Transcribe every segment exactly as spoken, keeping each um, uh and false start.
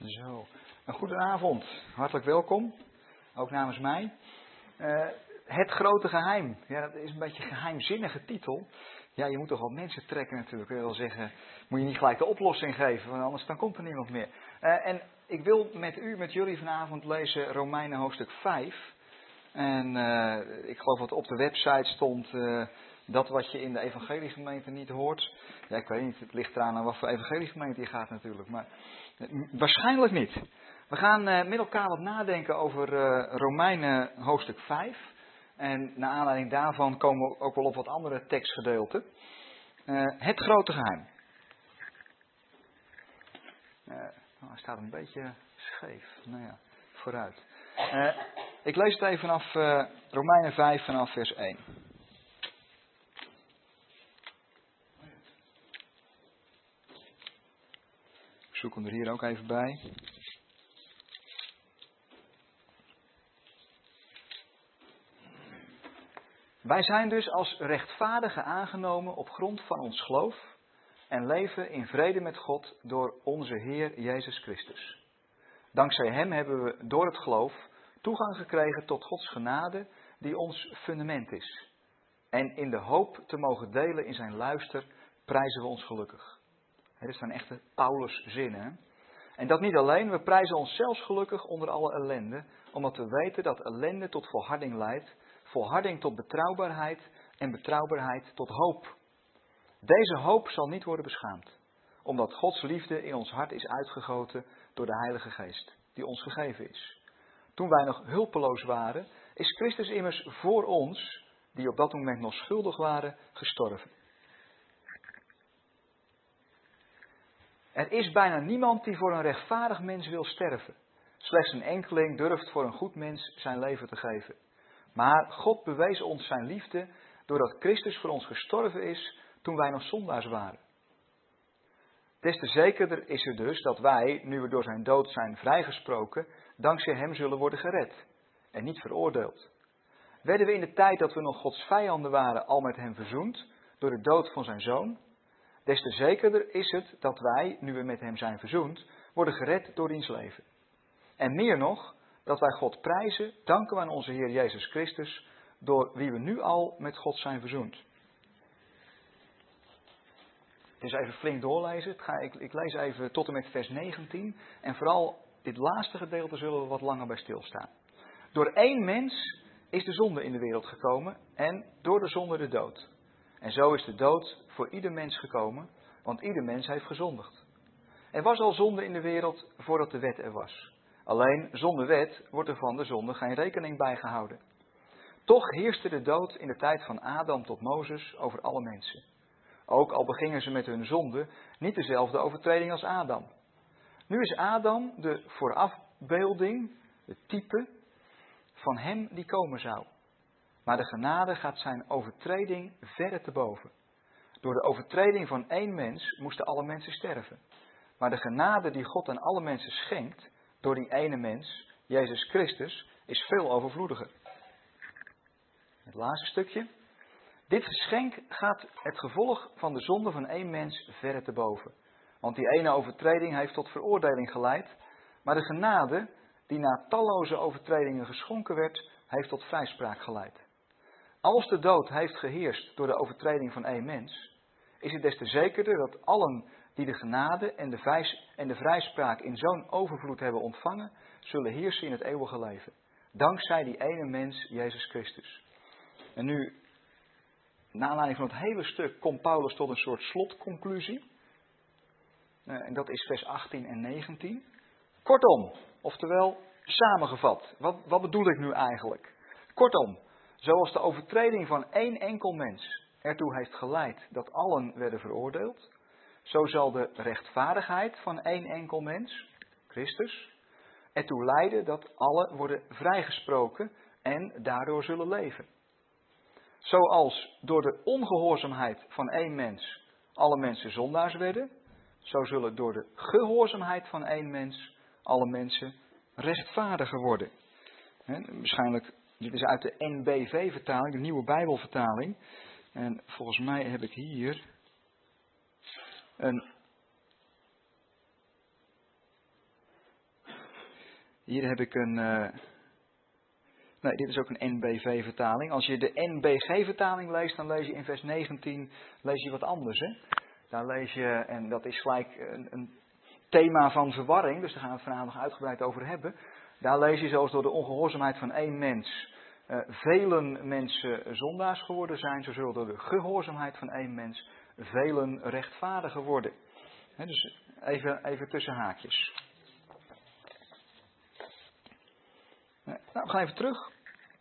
Zo, een goedenavond. Hartelijk welkom, ook namens mij. Uh, het grote geheim. Ja, dat is een beetje een geheimzinnige titel. Ja, je moet toch wel mensen trekken natuurlijk. Ik wil wel zeggen, moet je niet gelijk de oplossing geven, want anders dan komt er niemand meer. Uh, en ik wil met u, met jullie vanavond lezen Romeinen hoofdstuk vijf. En uh, ik geloof dat op de website stond uh, dat wat je in de evangeliegemeente niet hoort. Ja, ik weet niet, het ligt eraan aan wat voor evangeliegemeente je gaat natuurlijk. Maar uh, waarschijnlijk niet. We gaan uh, met elkaar wat nadenken over uh, Romeinen hoofdstuk vijf. En naar aanleiding daarvan komen we ook wel op wat andere tekstgedeelten. Uh, het grote geheim. Uh, nou, hij staat een beetje scheef. Nou ja, vooruit. Uh, ik lees het even vanaf uh, Romeinen vijf vanaf vers één. Ik zoek hem er hier ook even bij. Wij zijn dus als rechtvaardigen aangenomen op grond van ons geloof en leven in vrede met God door onze Heer Jezus Christus. Dankzij Hem hebben we door het geloof toegang gekregen tot Gods genade die ons fundament is. En in de hoop te mogen delen in zijn luister prijzen we ons gelukkig. Dit zijn echte Paulus zinnen. Hè? En dat niet alleen, we prijzen ons zelfs gelukkig onder alle ellende, omdat we weten dat ellende tot volharding leidt, volharding tot betrouwbaarheid en betrouwbaarheid tot hoop. Deze hoop zal niet worden beschaamd, omdat Gods liefde in ons hart is uitgegoten door de Heilige Geest, die ons gegeven is. Toen wij nog hulpeloos waren, is Christus immers voor ons, die op dat moment nog schuldig waren, gestorven. Er is bijna niemand die voor een rechtvaardig mens wil sterven. Slechts een enkeling durft voor een goed mens zijn leven te geven. Maar God bewees ons zijn liefde doordat Christus voor ons gestorven is toen wij nog zondaars waren. Des te zekerder is het dus dat wij, nu we door zijn dood zijn vrijgesproken, dankzij hem zullen worden gered en niet veroordeeld. Werden we in de tijd dat we nog Gods vijanden waren al met hem verzoend door de dood van zijn zoon? Des te zekerder is het dat wij, nu we met hem zijn verzoend, worden gered door diens leven. En meer nog, dat wij God prijzen, danken we aan onze Heer Jezus Christus, door wie we nu al met God zijn verzoend. Dus even flink doorlezen. Ik, ga, ik, ik lees even tot en met vers negentien. En vooral dit laatste gedeelte zullen we wat langer bij stilstaan. Door één mens is de zonde in de wereld gekomen en door de zonde de dood. En zo is de dood voor ieder mens gekomen, want ieder mens heeft gezondigd. Er was al zonde in de wereld voordat de wet er was. Alleen zonder wet wordt er van de zonde geen rekening bij gehouden. Toch heerste de dood in de tijd van Adam tot Mozes over alle mensen. Ook al begingen ze met hun zonde niet dezelfde overtreding als Adam. Nu is Adam de voorafbeelding, het type, van hem die komen zou. Maar de genade gaat zijn overtreding verre te boven. Door de overtreding van één mens moesten alle mensen sterven. Maar de genade die God aan alle mensen schenkt, door die ene mens, Jezus Christus, is veel overvloediger. Het laatste stukje. Dit geschenk gaat het gevolg van de zonde van één mens verre te boven. Want die ene overtreding heeft tot veroordeling geleid. Maar de genade die na talloze overtredingen geschonken werd, heeft tot vrijspraak geleid. Als de dood heeft geheerst door de overtreding van één mens, is het des te zekerder dat allen die de genade en de, vijs, en de vrijspraak in zo'n overvloed hebben ontvangen, zullen heersen in het eeuwige leven. Dankzij die ene mens, Jezus Christus. En nu, na aanleiding van het hele stuk, komt Paulus tot een soort slotconclusie. En dat is vers achttien en negentien. Kortom, oftewel samengevat. Wat, wat bedoel ik nu eigenlijk? Kortom, zoals de overtreding van één enkel mens ertoe heeft geleid dat allen werden veroordeeld, zo zal de rechtvaardigheid van één enkel mens, Christus, ertoe leiden dat allen worden vrijgesproken en daardoor zullen leven. Zoals door de ongehoorzaamheid van één mens alle mensen zondaars werden, zo zullen door de gehoorzaamheid van één mens alle mensen rechtvaardiger worden. He, waarschijnlijk, dit is uit de N B V-vertaling, de Nieuwe Bijbelvertaling. En volgens mij heb ik hier een Hier heb ik een... Uh, nee, dit is ook een N B V-vertaling. Als je de N B G-vertaling leest, dan lees je in vers negentien lees je wat anders. Hè? Daar lees je, en dat is gelijk een, een thema van verwarring, dus daar gaan we het vanavond nog uitgebreid over hebben. Daar lees je zoals door de ongehoorzaamheid van één mens uh, velen mensen zondaars geworden zijn, zo zullen door de gehoorzaamheid van één mens velen rechtvaardiger worden. He, dus even, even tussen haakjes. Nou, we gaan even terug.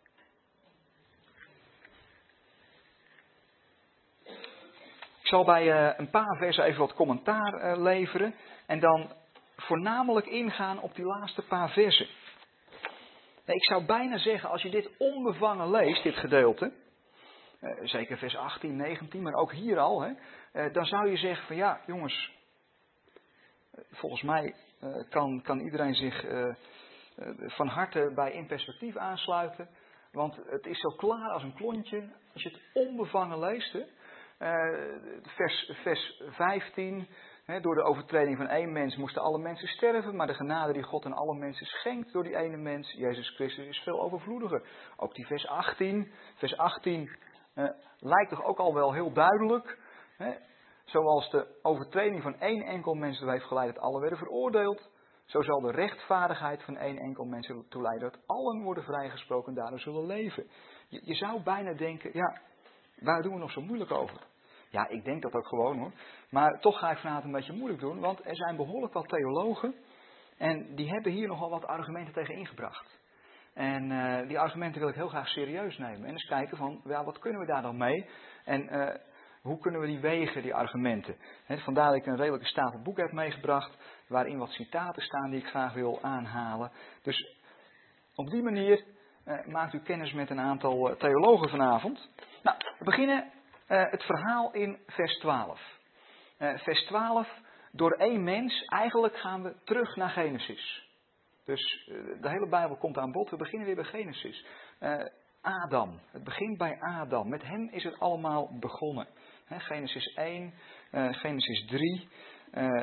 Ik zal bij uh, een paar versen even wat commentaar uh, leveren en dan voornamelijk ingaan op die laatste paar versen. Nee, ik zou bijna zeggen, als je dit onbevangen leest, dit gedeelte, uh, zeker vers achttien, negentien, maar ook hier al, hè, uh, dan zou je zeggen van ja, jongens, uh, volgens mij uh, kan, kan iedereen zich uh, uh, van harte bij In Perspectief aansluiten, want het is zo klaar als een klontje, als je het onbevangen leest, hè. Uh, vers, vers vijftien, he, door de overtreding van één mens moesten alle mensen sterven, maar de genade die God aan alle mensen schenkt door die ene mens, Jezus Christus, is veel overvloediger. Ook die vers achttien, vers achttien uh, lijkt toch ook al wel heel duidelijk, he, zoals de overtreding van één enkel mens ertoe heeft geleid dat alle werden veroordeeld, zo zal de rechtvaardigheid van één enkel mens ertoe leiden dat allen worden vrijgesproken en daardoor zullen leven. Je, je zou bijna denken, ja, waar doen we nog zo moeilijk over? Ja, ik denk dat ook gewoon hoor. Maar toch ga ik vanavond een beetje moeilijk doen. Want er zijn behoorlijk wat theologen. En die hebben hier nogal wat argumenten tegen ingebracht. En uh, die argumenten wil ik heel graag serieus nemen. En eens kijken van, ja, wat kunnen we daar dan mee? En uh, hoe kunnen we die wegen, die argumenten? He, vandaar dat ik een redelijke stapel boek heb meegebracht. Waarin wat citaten staan die ik graag wil aanhalen. Dus op die manier uh, maakt u kennis met een aantal uh, theologen vanavond. Nou, we beginnen uh, het verhaal in vers twaalf. Uh, vers twaalf, door één mens, eigenlijk gaan we terug naar Genesis. Dus uh, de hele Bijbel komt aan bod, we beginnen weer bij Genesis. Uh, Adam, het begint bij Adam, met hem is het allemaal begonnen. He, Genesis één, uh, Genesis drie, uh,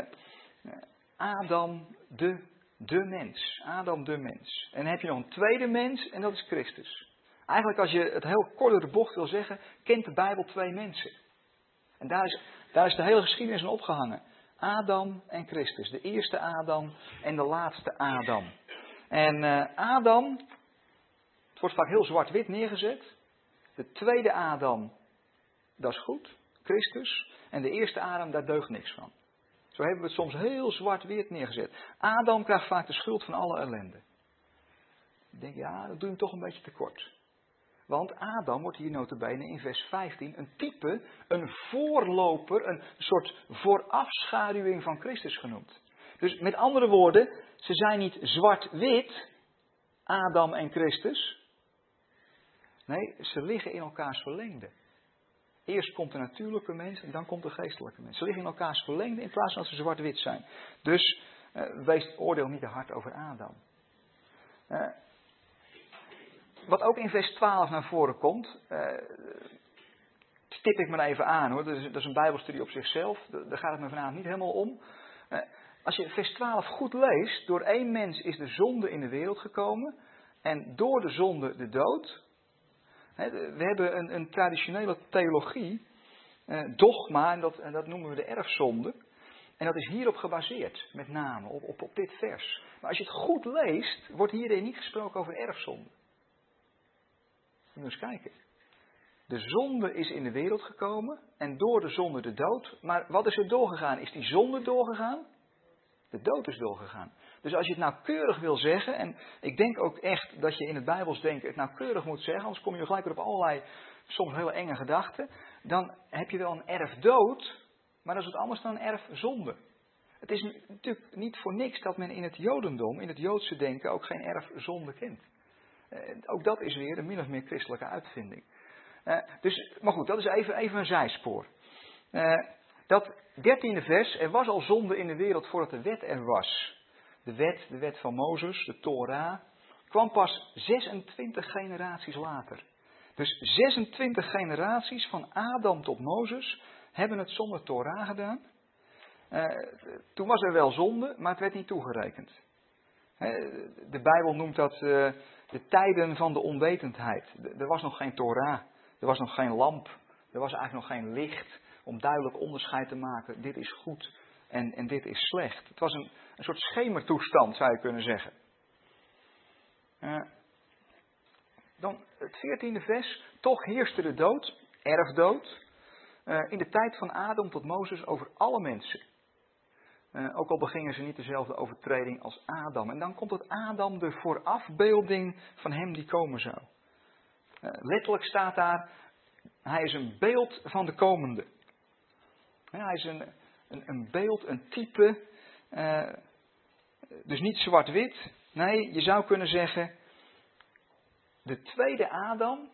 Adam de, de mens, Adam de mens. En dan heb je nog een tweede mens en dat is Christus. Eigenlijk als je het heel kort door de bocht wil zeggen, kent de Bijbel twee mensen. En daar is, daar is de hele geschiedenis aan opgehangen. Adam en Christus. De eerste Adam en de laatste Adam. En uh, Adam, het wordt vaak heel zwart-wit neergezet. De tweede Adam, dat is goed, Christus. En de eerste Adam, daar deugt niks van. Zo hebben we het soms heel zwart-wit neergezet. Adam krijgt vaak de schuld van alle ellende. Ik denk, ja, dat doe je hem toch een beetje tekort. Want Adam wordt hier nota bene in vers vijftien een type, een voorloper, een soort voorafschaduwing van Christus genoemd. Dus met andere woorden, ze zijn niet zwart-wit, Adam en Christus. Nee, ze liggen in elkaars verlengde. Eerst komt de natuurlijke mens en dan komt de geestelijke mens. Ze liggen in elkaars verlengde in plaats van dat ze zwart-wit zijn. Dus uh, wees oordeel niet te hard over Adam. Uh, Wat ook in vers twaalf naar voren komt, uh, stip ik maar even aan hoor, dat is, dat is een bijbelstudie op zichzelf, daar gaat het me vanavond niet helemaal om. Uh, als je vers twaalf goed leest, door één mens is de zonde in de wereld gekomen en door de zonde de dood. He, we hebben een, een traditionele theologie, uh, dogma, en dat, en dat noemen we de erfzonde. En dat is hierop gebaseerd, met name op, op, op dit vers. Maar als je het goed leest, wordt hierin niet gesproken over erfzonde. Moet je eens kijken. De zonde is in de wereld gekomen en door de zonde de dood. Maar wat is er doorgegaan? Is die zonde doorgegaan? De dood is doorgegaan. Dus als je het nauwkeurig wil zeggen, en ik denk ook echt dat je in het Bijbels denken het nauwkeurig moet zeggen, anders kom je gelijk weer op allerlei soms hele enge gedachten, dan heb je wel een erfdood, maar dat is wat anders dan een erfzonde. Het is natuurlijk niet voor niks dat men in het Jodendom, in het Joodse denken, ook geen erfzonde kent. Uh, ook dat is weer een min of meer christelijke uitvinding. Uh, dus, maar goed, dat is even, even een zijspoor. Uh, dat dertiende vers, er was al zonde in de wereld voordat de wet er was. De wet, de wet van Mozes, de Torah, kwam pas zesentwintig generaties later. Dus zesentwintig generaties van Adam tot Mozes hebben het zonder Torah gedaan. Uh, toen was er wel zonde, maar het werd niet toegerekend. De Bijbel noemt dat uh, de tijden van de onwetendheid. Er was nog geen Torah, er was nog geen lamp, er was eigenlijk nog geen licht om duidelijk onderscheid te maken. Dit is goed en, en dit is slecht. Het was een, een soort schemertoestand, zou je kunnen zeggen. Uh, dan het veertiende vers. Toch heerste de dood, erfdood, uh, in de tijd van Adam tot Mozes over alle mensen. Uh, ook al begingen ze niet dezelfde overtreding als Adam. En dan komt het Adam de voorafbeelding van hem die komen zou. Uh, letterlijk staat daar, hij is een beeld van de komende. Ja, hij is een, een, een beeld, een type. Uh, dus niet zwart-wit. Nee, je zou kunnen zeggen, de tweede Adam,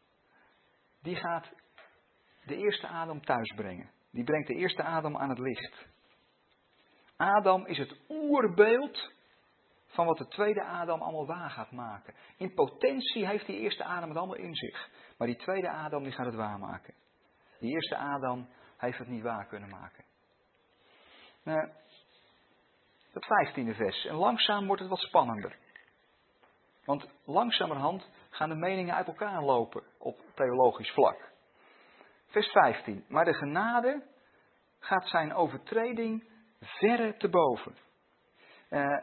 die gaat de eerste Adam thuisbrengen. Die brengt de eerste Adam aan het licht. Adam is het oerbeeld van wat de tweede Adam allemaal waar gaat maken. In potentie heeft die eerste Adam het allemaal in zich. Maar die tweede Adam die gaat het waarmaken. Die eerste Adam heeft het niet waar kunnen maken. Nou, het vijftiende vers. En langzaam wordt het wat spannender. Want langzamerhand gaan de meningen uit elkaar lopen op theologisch vlak. Vers vijftien. Maar de genade gaat zijn overtreding verre te boven. Uh,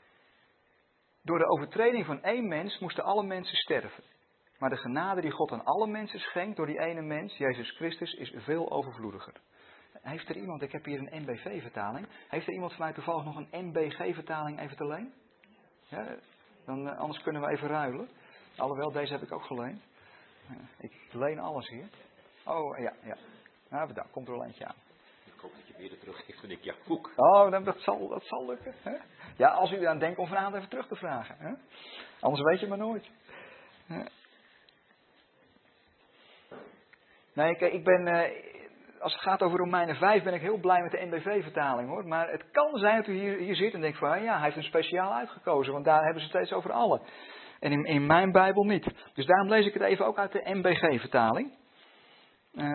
door de overtreding van één mens moesten alle mensen sterven. Maar de genade die God aan alle mensen schenkt door die ene mens, Jezus Christus, is veel overvloediger. Heeft er iemand, ik heb hier een N B V-vertaling. Heeft er iemand van mij toevallig nog een N B G-vertaling even te leen? Ja, dan, uh, anders kunnen we even ruilen. Alhoewel, deze heb ik ook geleend. Uh, ik leen alles hier. Oh, ja, ja. Nou, bedankt. Komt er wel eentje aan. Ik hoop dat je weer teruggeeft en ik ja, boek. Oh, dat zal, dat zal lukken. Hè? Ja, als u eraan denkt om vanavond even terug te vragen. Hè? Anders weet je maar nooit. Hè? Nee, kijk, ik ben, uh, als het gaat over Romeinen vijf, ben ik heel blij met de N B V-vertaling, hoor. Maar het kan zijn dat u hier, hier zit en denkt van, ja, hij heeft een speciaal uitgekozen, want daar hebben ze het steeds over alle. En in, in mijn Bijbel niet. Dus daarom lees ik het even ook uit de N B G-vertaling. Uh,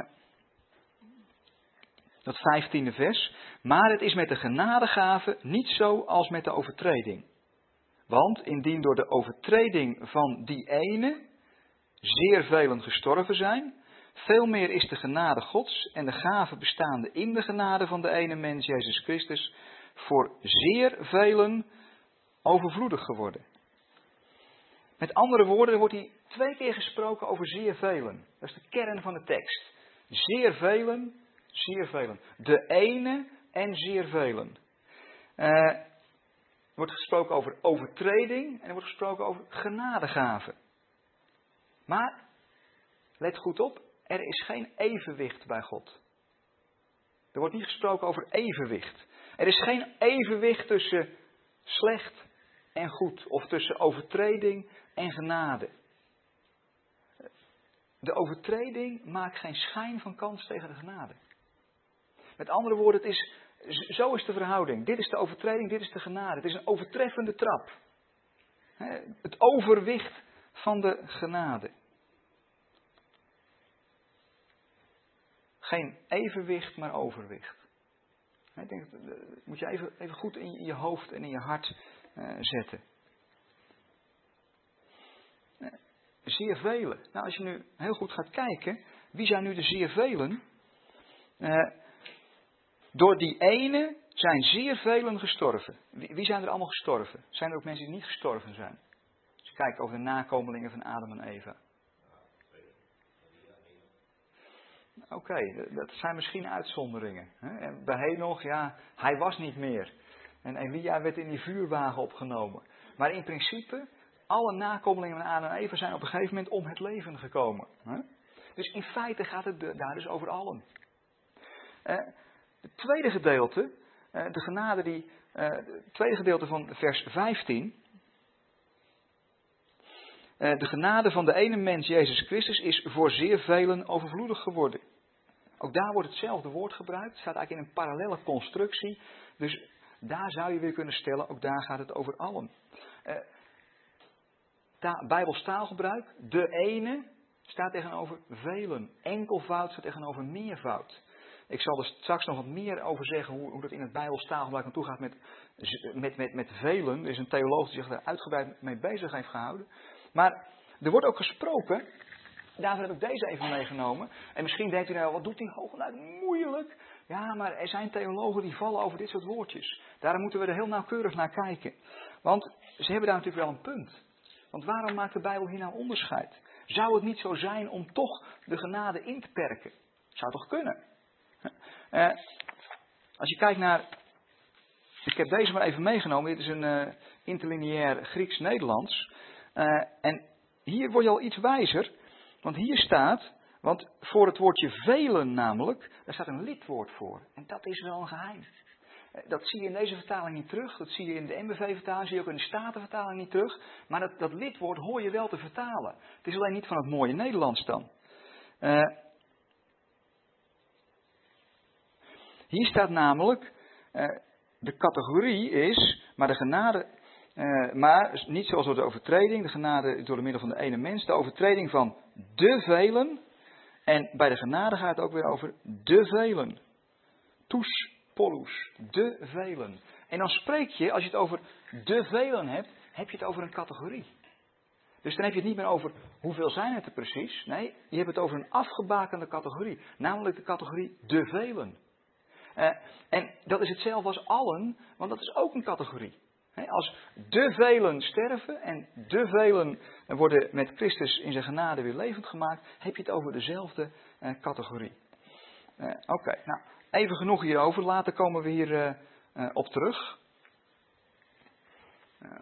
dat vijftiende vers. Maar het is met de genadegave niet zo als met de overtreding. Want indien door de overtreding van die ene zeer velen gestorven zijn, veel meer is de genade Gods en de gave bestaande in de genade van de ene mens, Jezus Christus, voor zeer velen overvloedig geworden. Met andere woorden, er wordt hier twee keer gesproken over zeer velen. Dat is de kern van de tekst. Zeer velen, zeer velen. De ene en zeer velen. Uh, er wordt gesproken over overtreding en er wordt gesproken over genadegave. Maar, let goed op, er is geen evenwicht bij God. Er wordt niet gesproken over evenwicht. Er is geen evenwicht tussen slecht en goed. Of tussen overtreding en genade. De overtreding maakt geen schijn van kans tegen de genade. Met andere woorden, het is, zo is de verhouding. Dit is de overtreding, dit is de genade. Het is een overtreffende trap. Het overwicht van de genade. Geen evenwicht, maar overwicht. Ik denk, dat moet je even, even goed in je hoofd en in je hart uh, zetten. Zeer velen. Nou, als je nu heel goed gaat kijken, wie zijn nu de zeer velen? Uh, door die ene zijn zeer velen gestorven. Wie, wie zijn er allemaal gestorven? Zijn er ook mensen die niet gestorven zijn? Als je kijkt over de nakomelingen van Adam en Eva. Oké, okay, dat zijn misschien uitzonderingen. En bij Henoch, ja, hij was niet meer. En Elia werd in die vuurwagen opgenomen. Maar in principe, alle nakomelingen van Adam en Eva zijn op een gegeven moment om het leven gekomen. Dus in feite gaat het daar dus over allen. Het tweede gedeelte, de genade die, het tweede gedeelte van vers vijftien. De genade van de ene mens, Jezus Christus, is voor zeer velen overvloedig geworden. Ook daar wordt hetzelfde woord gebruikt. Het staat eigenlijk in een parallelle constructie. Dus daar zou je weer kunnen stellen, ook daar gaat het over allen. Uh, ta- Bijbels taalgebruik, de ene staat tegenover velen. Enkelvoud staat tegenover meervoud. Ik zal er straks nog wat meer over zeggen hoe, hoe dat in het Bijbels taalgebruik aan toe gaat met, met, met, met velen. Er is een theoloog die zich daar uitgebreid mee bezig heeft gehouden. Maar er wordt ook gesproken, daarvoor heb ik deze even meegenomen. En misschien denkt u nou, wat doet die Hogeluid moeilijk? Ja, maar er zijn theologen die vallen over dit soort woordjes. Daarom moeten we er heel nauwkeurig naar kijken. Want ze hebben daar natuurlijk wel een punt. Want waarom maakt de Bijbel hier nou onderscheid? Zou het niet zo zijn om toch de genade in te perken? Zou toch kunnen? Uh, als je kijkt naar... Ik heb deze maar even meegenomen. Dit is een uh, interlineair Grieks-Nederlands. Uh, en hier word je al iets wijzer. Want hier staat... Want voor het woordje velen namelijk... Daar staat een lidwoord voor. En dat is wel een geheim. Uh, dat zie je in deze vertaling niet terug. Dat zie je in de M B V-vertaling. Zie je ook in de Statenvertaling niet terug. Maar dat, dat lidwoord hoor je wel te vertalen. Het is alleen niet van het mooie Nederlands dan. Uh, Hier staat namelijk, uh, de categorie is, maar de genade, uh, maar niet zoals door de overtreding, de genade door de middel van de ene mens, de overtreding van de velen. En bij de genade gaat het ook weer over de velen. Tous pollus, de velen. En dan spreek je, als je het over de velen hebt, heb je het over een categorie. Dus dan heb je het niet meer over hoeveel zijn het er precies. Nee, je hebt het over een afgebakende categorie. Namelijk de categorie de velen. Uh, en dat is hetzelfde als allen, want dat is ook een categorie. He, als de velen sterven en de velen worden met Christus in zijn genade weer levend gemaakt, heb je het over dezelfde uh, categorie. Uh, Oké, okay, nou, even genoeg hierover. Later komen we hier uh, uh, op terug. Uh.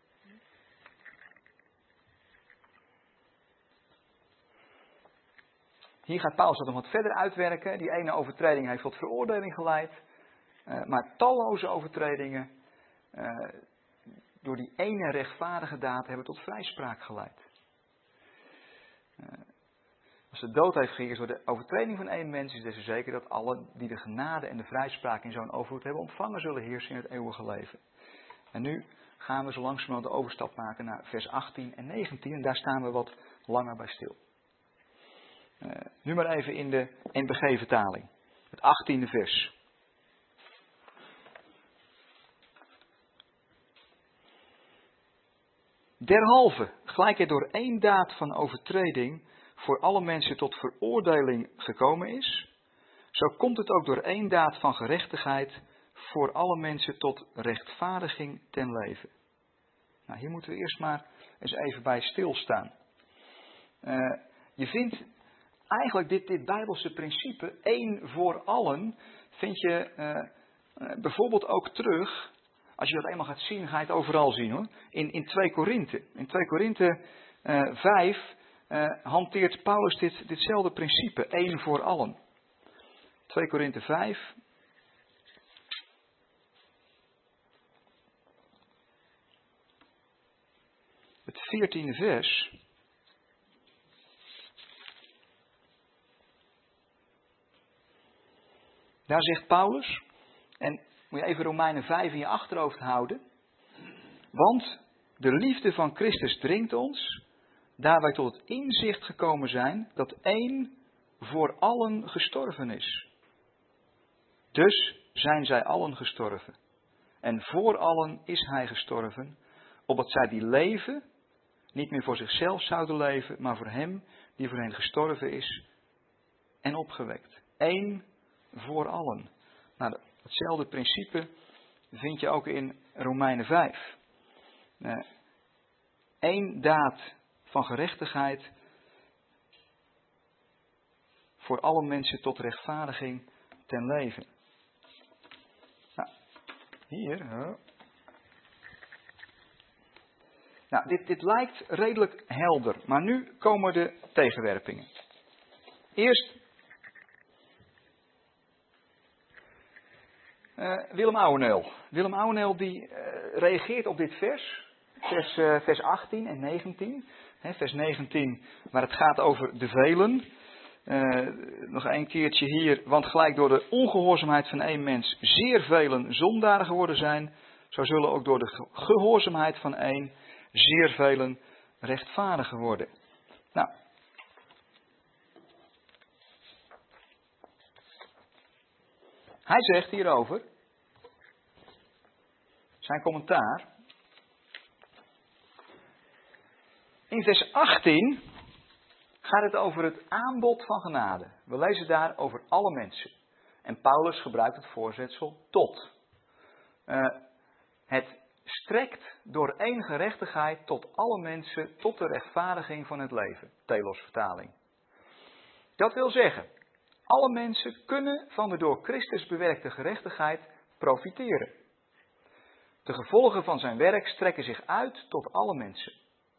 Hier gaat Paulus dat nog wat verder uitwerken. Die ene overtreding heeft tot veroordeling geleid. Uh, maar talloze overtredingen uh, door die ene rechtvaardige daad hebben tot vrijspraak geleid. Uh, als de dood heeft geheerst door de overtreding van één mens, is het dus zeker dat allen die de genade en de vrijspraak in zo'n overvloed hebben ontvangen zullen heersen in het eeuwige leven. En nu gaan we zo langzamerhand de overstap maken naar vers achttien en negentien. En daar staan we wat langer bij stil. Uh, nu maar even in de N B G-vertaling. Het achttiende vers. Derhalve, gelijk er door één daad van overtreding voor alle mensen tot veroordeling gekomen is, zo komt het ook door één daad van gerechtigheid voor alle mensen tot rechtvaardiging ten leven. Nou, hier moeten we eerst maar eens even bij stilstaan. Uh, je vindt eigenlijk dit, dit Bijbelse principe, één voor allen, vind je uh, uh, bijvoorbeeld ook terug. Als je dat eenmaal gaat zien, ga je het overal zien hoor. In, in twee Korinthe. In twee Korinthe uh, vijf uh, hanteert Paulus dit, ditzelfde principe. Één voor allen. twee Korinthe vijf. Het veertiende vers. Daar zegt Paulus, en moet je even Romeinen vijf in je achterhoofd houden. Want de liefde van Christus dringt ons, daar wij tot het inzicht gekomen zijn, dat één voor allen gestorven is. Dus zijn zij allen gestorven. En voor allen is hij gestorven, opdat zij die leven, niet meer voor zichzelf zouden leven, maar voor hem die voor hen gestorven is en opgewekt. Eén voor allen. Nou, hetzelfde principe vind je ook in Romeinen vijf. Eén daad van gerechtigheid voor alle mensen tot rechtvaardiging ten leven. Nou, hier. Huh. Nou, dit, dit lijkt redelijk helder, maar nu komen de tegenwerpingen. Eerst uh, Willem Ouweneel. Willem Ouweneel die uh, reageert op dit vers, vers, uh, vers achttien en negentien. He, vers negentien, waar het gaat over de velen. Uh, nog een keertje hier, want gelijk door de ongehoorzaamheid van één mens zeer velen zondaren geworden zijn, zo zullen ook door de gehoorzaamheid van één zeer velen rechtvaardigen worden. Nou, Hij zegt hierover, zijn commentaar. In vers achttien gaat het over het aanbod van genade. We lezen daar over alle mensen. En Paulus gebruikt het voorzetsel tot. Uh, het strekt door één gerechtigheid tot alle mensen, tot de rechtvaardiging van het leven. Telos vertaling. Dat wil zeggen, alle mensen kunnen van de door Christus bewerkte gerechtigheid profiteren. De gevolgen van zijn werk strekken zich uit tot alle mensen.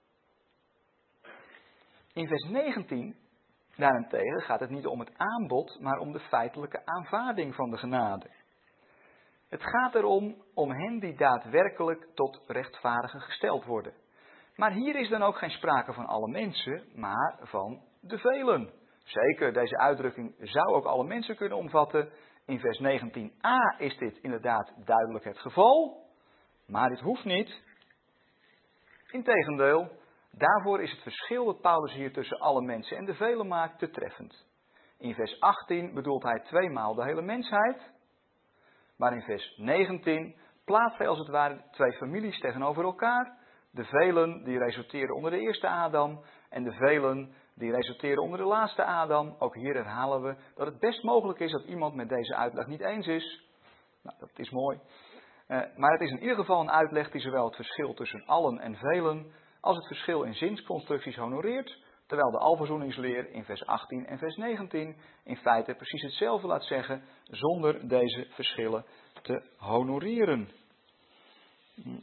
In vers negentien, daarentegen, gaat het niet om het aanbod, maar om de feitelijke aanvaarding van de genade. Het gaat erom om hen die daadwerkelijk tot rechtvaardigen gesteld worden. Maar hier is dan ook geen sprake van alle mensen, maar van de velen. Zeker, deze uitdrukking zou ook alle mensen kunnen omvatten. In vers negentien a is dit inderdaad duidelijk het geval. Maar dit hoeft niet. Integendeel, daarvoor is het verschil dat Paulus hier tussen alle mensen en de velen maakt te treffend. In vers achttien bedoelt hij tweemaal de hele mensheid. Maar in vers negentien plaatst hij als het ware twee families tegenover elkaar. De velen die resulteren onder de eerste Adam en de velen die resulteren onder de laatste Adam. Ook hier herhalen we dat het best mogelijk is dat iemand met deze uitleg niet eens is. Nou, dat is mooi. Uh, maar het is in ieder geval een uitleg die zowel het verschil tussen allen en velen als het verschil in zinsconstructies honoreert. Terwijl de alverzoeningsleer in vers achttien en vers negentien in feite precies hetzelfde laat zeggen zonder deze verschillen te honoreren. Hm.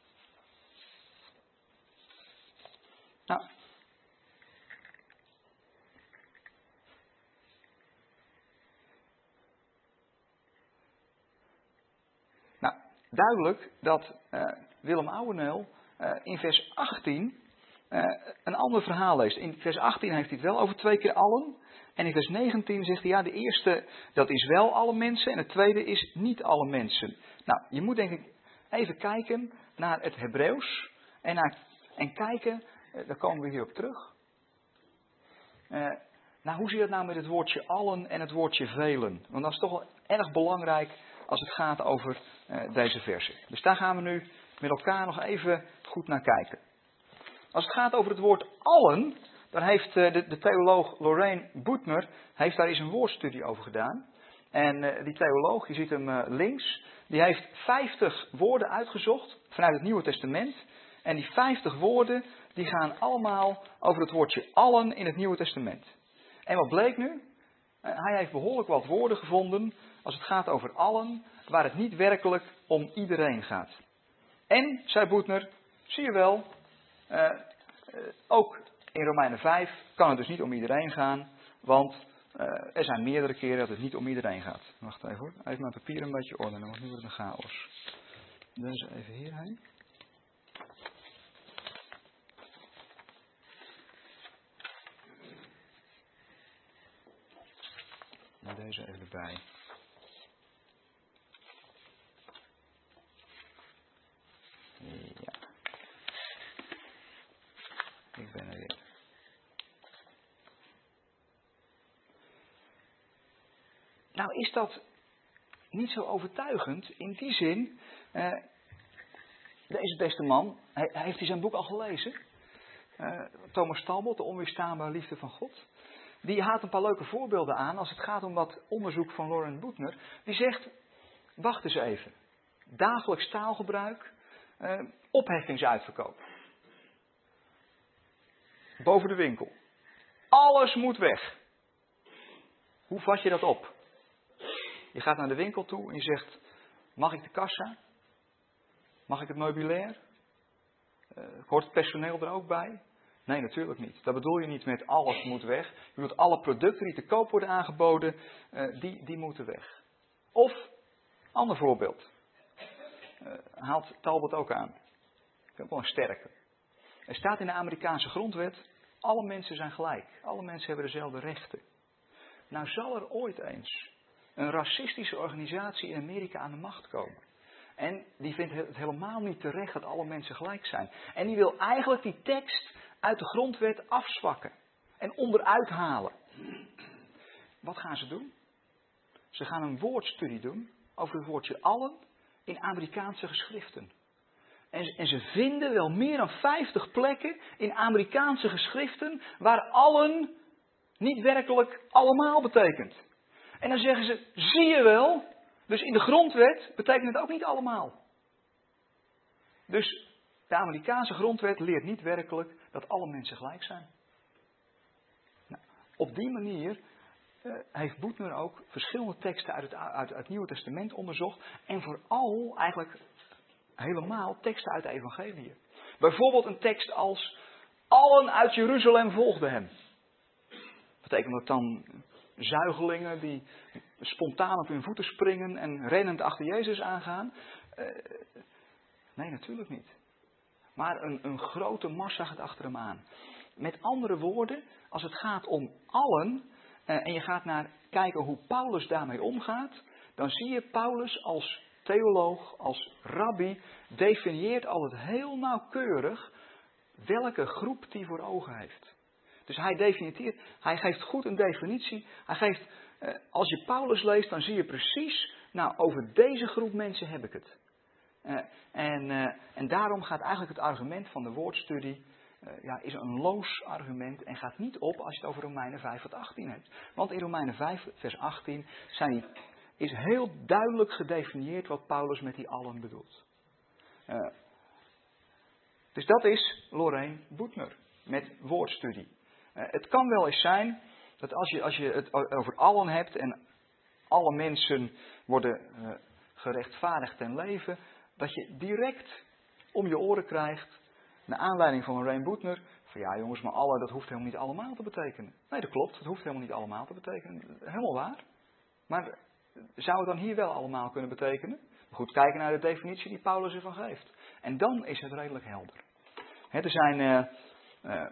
Nou. Nou, duidelijk dat uh, Willem Ouweneel uh, in vers achttien uh, een ander verhaal leest. In vers achttien heeft hij het wel over twee keer allen. En in vers negentien zegt hij, ja, de eerste, dat is wel alle mensen. En het tweede is niet alle mensen. Nou, je moet denk ik even kijken naar het Hebreeuws. En, naar, en kijken, uh, daar komen we hier op terug. Uh, nou, hoe zit het nou met het woordje allen en het woordje velen? Want dat is toch wel erg belangrijk als het gaat over uh, deze versen. Dus daar gaan we nu met elkaar nog even goed naar kijken. Als het gaat over het woord allen, dan heeft uh, de, de theoloog Lorraine Boetner heeft daar eens een woordstudie over gedaan. En uh, die theoloog, je ziet hem uh, links, die heeft vijftig woorden uitgezocht vanuit het Nieuwe Testament. En die vijftig woorden, die gaan allemaal over het woordje allen in het Nieuwe Testament. En wat bleek nu? Uh, hij heeft behoorlijk wat woorden gevonden als het gaat over allen, waar het niet werkelijk om iedereen gaat. En, zei Boetner, zie je wel, uh, uh, ook in Romeinen vijf kan het dus niet om iedereen gaan, want uh, er zijn meerdere keren dat het niet om iedereen gaat. Wacht even hoor, even mijn papier een beetje ordenen, want nu wordt het een chaos. Dus even hierheen. En deze even erbij. Ja. Ik ben er weer. Nou is dat niet zo overtuigend in die zin. Uh, deze beste man, hij, heeft hij zijn boek al gelezen? Uh, Thomas Talbot, De onweerstaanbare liefde van God. Die haalt een paar leuke voorbeelden aan als het gaat om wat onderzoek van Lorraine Boetner. Die zegt, wacht eens even. Dagelijks taalgebruik, uh, opheffingsuitverkoop. Boven de winkel. Alles moet weg. Hoe vat je dat op? Je gaat naar de winkel toe en je zegt, mag ik de kassa? Mag ik het meubilair? Uh, hoort het personeel er ook bij? Nee, natuurlijk niet. Dat bedoel je niet met alles moet weg. Je bedoelt alle producten die te koop worden aangeboden, uh, die, die moeten weg. Of, ander voorbeeld. Uh, haalt Talbot ook aan. Ik heb wel een sterke. Er staat in de Amerikaanse grondwet, alle mensen zijn gelijk. Alle mensen hebben dezelfde rechten. Nou zal er ooit eens een racistische organisatie in Amerika aan de macht komen. En die vindt het helemaal niet terecht dat alle mensen gelijk zijn. En die wil eigenlijk die tekst uit de grondwet afzwakken. En onderuit halen. Wat gaan ze doen? Ze gaan een woordstudie doen over het woordje allen in Amerikaanse geschriften. En, en ze vinden wel meer dan vijftig plekken in Amerikaanse geschriften waar allen niet werkelijk allemaal betekent. En dan zeggen ze, zie je wel, dus in de grondwet betekent het ook niet allemaal. Dus de Amerikaanse grondwet leert niet werkelijk dat alle mensen gelijk zijn. Nou, op die manier uh, heeft Boettner ook verschillende teksten uit het, uit, uit het Nieuwe Testament onderzocht. En vooral eigenlijk helemaal teksten uit de Evangeliën. Bijvoorbeeld een tekst als, allen uit Jeruzalem volgden hem. Betekent dat dan zuigelingen die spontaan op hun voeten springen en rennend achter Jezus aangaan? Uh, nee, natuurlijk niet. Maar een, een grote massa gaat achter hem aan. Met andere woorden, als het gaat om allen, uh, en je gaat naar kijken hoe Paulus daarmee omgaat, dan zie je Paulus als theoloog, als rabbi, definieert altijd heel nauwkeurig welke groep hij voor ogen heeft. Dus hij definieert, hij geeft goed een definitie. Hij geeft, uh, als je Paulus leest, dan zie je precies, nou, over deze groep mensen heb ik het. Uh, en, uh, en daarom gaat eigenlijk het argument van de woordstudie, uh, ja, is een loos argument en gaat niet op als je het over Romeinen vijf vers achttien hebt. Want in Romeinen vijf vers achttien zijn die, is heel duidelijk gedefinieerd wat Paulus met die allen bedoelt. Uh, dus dat is Lorraine Boettner met woordstudie. Uh, het kan wel eens zijn dat als je, als je het over allen hebt en alle mensen worden uh, gerechtvaardigd ten leven, dat je direct om je oren krijgt, naar aanleiding van Lorraine Boettner, van ja jongens, maar allen, dat hoeft helemaal niet allemaal te betekenen. Nee, dat klopt, dat hoeft helemaal niet allemaal te betekenen. Helemaal waar. Maar zou het dan hier wel allemaal kunnen betekenen? Goed kijken naar de definitie die Paulus ervan geeft. En dan is het redelijk helder. He, er zijn... Uh, uh,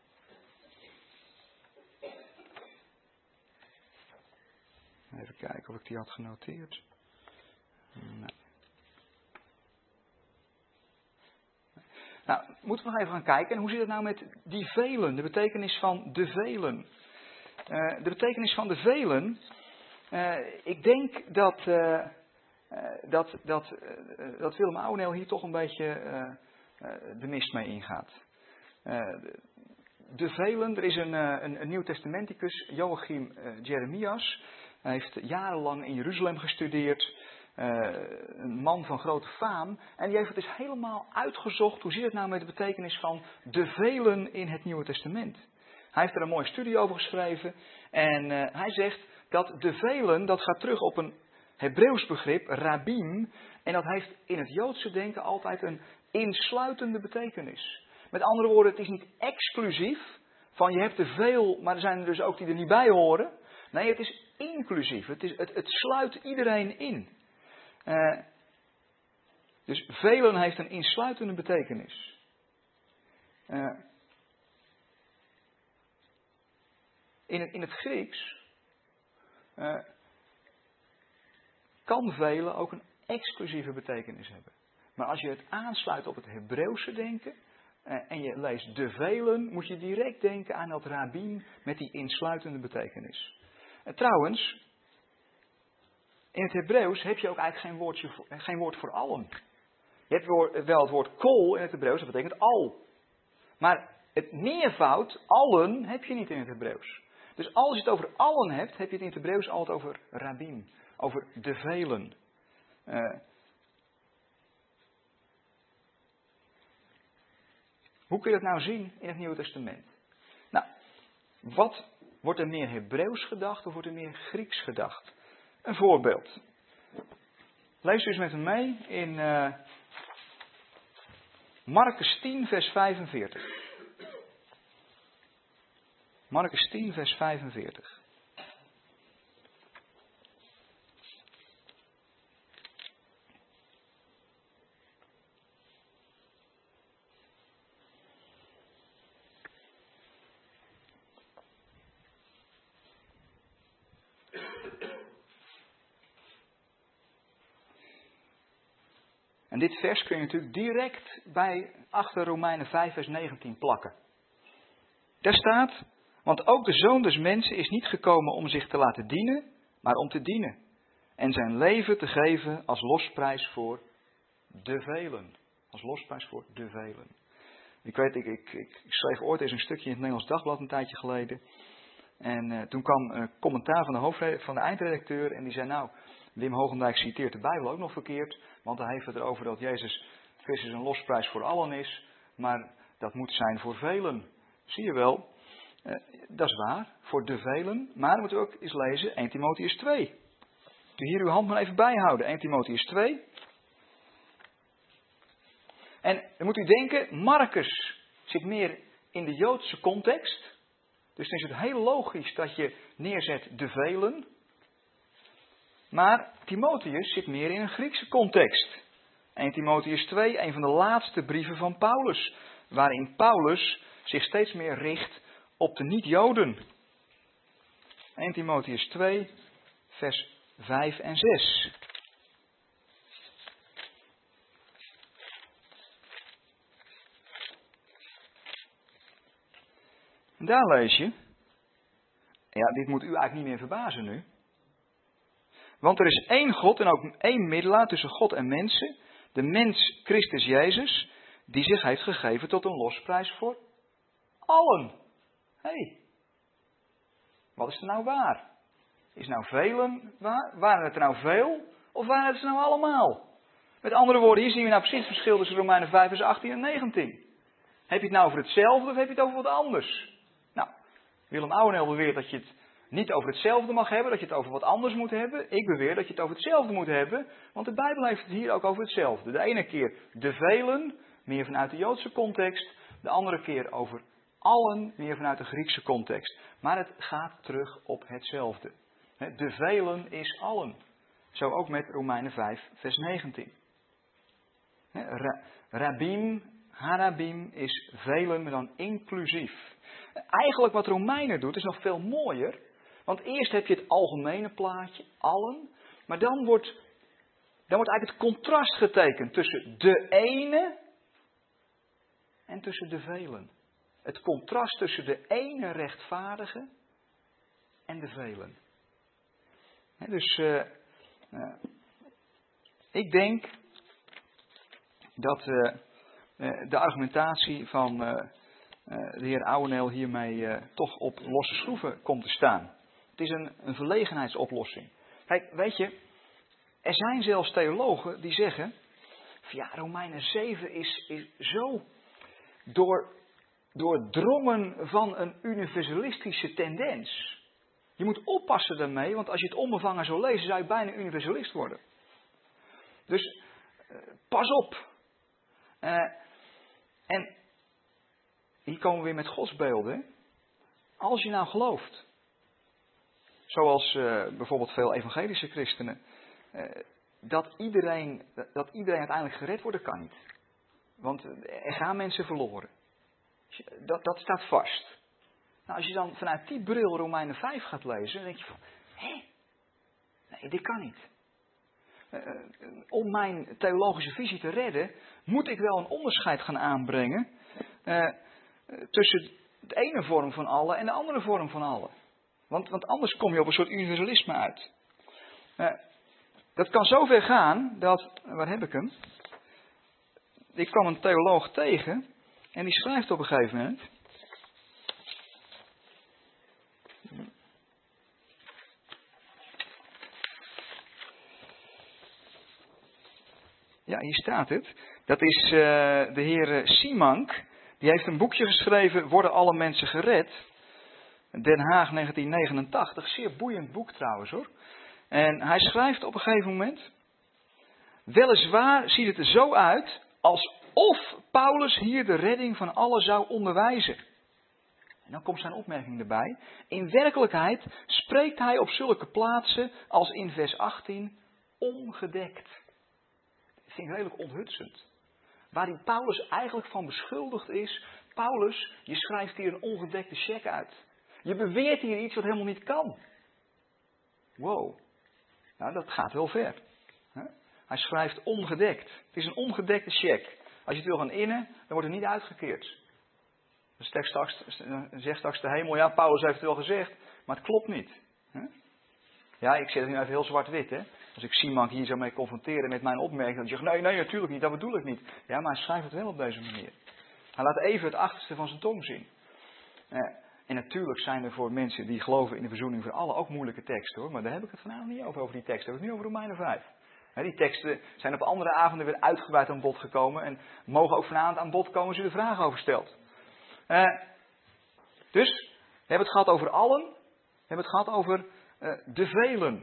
even kijken of ik die had genoteerd. Nee. Nou, moeten we nog even gaan kijken. En hoe zit het nou met die velen? De betekenis van de velen. Uh, de betekenis van de velen. Uh, ik denk dat, uh, uh, dat, dat, uh, dat Willem Ouweneel hier toch een beetje uh, uh, de mist mee ingaat. Uh, de velen, er is een, uh, een, een Nieuw Testamenticus, Joachim uh, Jeremias. Hij heeft jarenlang in Jeruzalem gestudeerd. Uh, een man van grote faam. En die heeft het dus helemaal uitgezocht. Hoe zit het nou met de betekenis van de velen in het Nieuwe Testament? Hij heeft er een mooie studie over geschreven. En uh, hij zegt dat de velen, dat gaat terug op een Hebreeuws begrip, rabim. En dat heeft in het Joodse denken altijd een insluitende betekenis. Met andere woorden, het is niet exclusief. Van je hebt te veel, maar er zijn er dus ook die er niet bij horen. Nee, het is inclusief. Het, is, het, het sluit iedereen in. Uh, dus velen heeft een insluitende betekenis. Uh, in, het, in het Grieks uh, kan velen ook een exclusieve betekenis hebben. Maar als je het aansluit op het Hebreeuwse denken uh, en je leest de velen, moet je direct denken aan dat rabim met die insluitende betekenis. Uh, trouwens, in het Hebreeuws heb je ook eigenlijk geen, woordje voor, geen woord voor allen. Je hebt wel het woord kol in het Hebreeuws, dat betekent al. Maar het meervoud, allen, heb je niet in het Hebreeuws. Dus als je het over allen hebt, heb je het in het Hebreeuws altijd over rabim. Over de velen. Uh, hoe kun je dat nou zien in het Nieuwe Testament? Nou, wat wordt er meer Hebreeuws gedacht of wordt er meer Grieks gedacht? Een voorbeeld. Lees dus met me mee in uh, Marcus tien vers vijfenveertig. Marcus tien vers vijfenveertig. En dit vers kun je natuurlijk direct bij achter Romeinen vijf vers negentien plakken. Daar staat, want ook de Zoon des Mensen is niet gekomen om zich te laten dienen, maar om te dienen en zijn leven te geven als losprijs voor de velen. Als losprijs voor de velen. Ik weet, ik, ik, ik schreef ooit eens een stukje in het Nederlands Dagblad een tijdje geleden. En uh, toen kwam een commentaar van de, hoofdre- van de eindredacteur en die zei, nou, Wim Hoogendijk citeert de Bijbel ook nog verkeerd, want hij heeft het erover dat Jezus Christus een losprijs voor allen is, maar dat moet zijn voor velen. Zie je wel, uh, dat is waar, voor de velen, maar dan moeten we ook eens lezen Eerste Timotheüs twee. Doe hier uw hand maar even bijhouden, Eerste Timotheüs twee. En dan moet u denken, Marcus zit meer in de Joodse context. Dus dan is het heel logisch dat je neerzet de velen. Maar Timotheus zit meer in een Griekse context. Eerste Timotheüs twee, een van de laatste brieven van Paulus. Waarin Paulus zich steeds meer richt op de niet-Joden. Eerste Timotheüs twee, vers vijf en zes. En daar lees je. Ja, dit moet u eigenlijk niet meer verbazen nu. Want er is één God en ook één middelaar tussen God en mensen. De mens Christus Jezus. Die zich heeft gegeven tot een losprijs voor allen. Hé. Hey, wat is er nou waar? Is nou velen waar? Waren het er nou veel? Of waren het er nou allemaal? Met andere woorden, hier zien we nou precies het verschil tussen Romeinen vijf vers achttien en negentien. Heb je het nou over hetzelfde of heb je het over wat anders? Nou, Willem Ouweneel beweert dat je het niet over hetzelfde mag hebben, dat je het over wat anders moet hebben. Ik beweer dat je het over hetzelfde moet hebben, want de Bijbel heeft het hier ook over hetzelfde. De ene keer de velen, meer vanuit de Joodse context. De andere keer over allen, meer vanuit de Griekse context. Maar het gaat terug op hetzelfde. De velen is allen. Zo ook met Romeinen vijf vers negentien. Rabim, harabim is velen, maar dan inclusief. Eigenlijk wat Romeinen doet is nog veel mooier. Want eerst heb je het algemene plaatje, allen. Maar dan wordt, dan wordt eigenlijk het contrast getekend tussen de ene en tussen de velen. Het contrast tussen de ene rechtvaardige en de velen. He, dus uh, uh, ik denk dat uh, uh, de argumentatie van uh, uh, de heer Ouweneel hiermee uh, toch op losse schroeven komt te staan. Het is een, een verlegenheidsoplossing. Kijk, weet je, er zijn zelfs theologen die zeggen, ja, Romeinen zeven is, is zo door, doordrongen van een universalistische tendens. Je moet oppassen daarmee, want als je het onbevangen zou lezen, zou je bijna universalist worden. Dus uh, pas op. Uh, en hier komen we weer met godsbeelden. Als je nou gelooft, zoals uh, bijvoorbeeld veel evangelische christenen, uh, dat, iedereen, dat iedereen uiteindelijk gered worden kan niet. Want er gaan mensen verloren. Dat, dat staat vast. Nou, als je dan vanuit die bril Romeinen vijf gaat lezen, dan denk je van, hé, nee, dit kan niet. Uh, om mijn theologische visie te redden, moet ik wel een onderscheid gaan aanbrengen uh, tussen de ene vorm van alle en de andere vorm van alle. Want, want anders kom je op een soort universalisme uit. Uh, dat kan zo ver gaan dat, waar heb ik hem? Ik kwam een theoloog tegen en die schrijft op een gegeven moment. Ja, hier staat het. Dat is uh, de heer Simank. Die heeft een boekje geschreven, Worden alle mensen gered? Den Haag negentien negenentachtig. Zeer boeiend boek trouwens hoor. En hij schrijft op een gegeven moment. Weliswaar ziet het er zo uit alsof Paulus hier de redding van allen zou onderwijzen. En dan komt zijn opmerking erbij. In werkelijkheid spreekt hij op zulke plaatsen als in vers achttien ongedekt. Dat vind ik redelijk onthutsend. Waarin Paulus eigenlijk van beschuldigd is. Paulus, je schrijft hier een ongedekte cheque uit. Je beweert hier iets wat helemaal niet kan. Wow. Nou, dat gaat wel ver. Hij schrijft ongedekt. Het is een ongedekte cheque. Als je het wil gaan innen, dan wordt het niet uitgekeerd. Dan straks, zegt straks de hemel, ja, Paulus heeft het wel gezegd, maar het klopt niet. Ja, ik zeg het nu even heel zwart-wit, hè. Als ik Simon hier zo mee confronteren met mijn opmerking, dan zeg ik, nee, nee, natuurlijk niet, dat bedoel ik niet. Ja, maar hij schrijft het wel op deze manier. Hij laat even het achterste van zijn tong zien. Eh, en natuurlijk zijn er voor mensen die geloven in de verzoening voor allen ook moeilijke teksten, hoor. Maar daar heb ik het vanavond niet over, over die teksten. Ik heb het nu over Romeinen vijf. He, die teksten zijn op andere avonden weer uitgebreid aan bod gekomen en mogen ook vanavond aan bod komen als u er vragen over stelt. Eh, dus, we hebben het gehad over allen, we hebben het gehad over uh, de velen.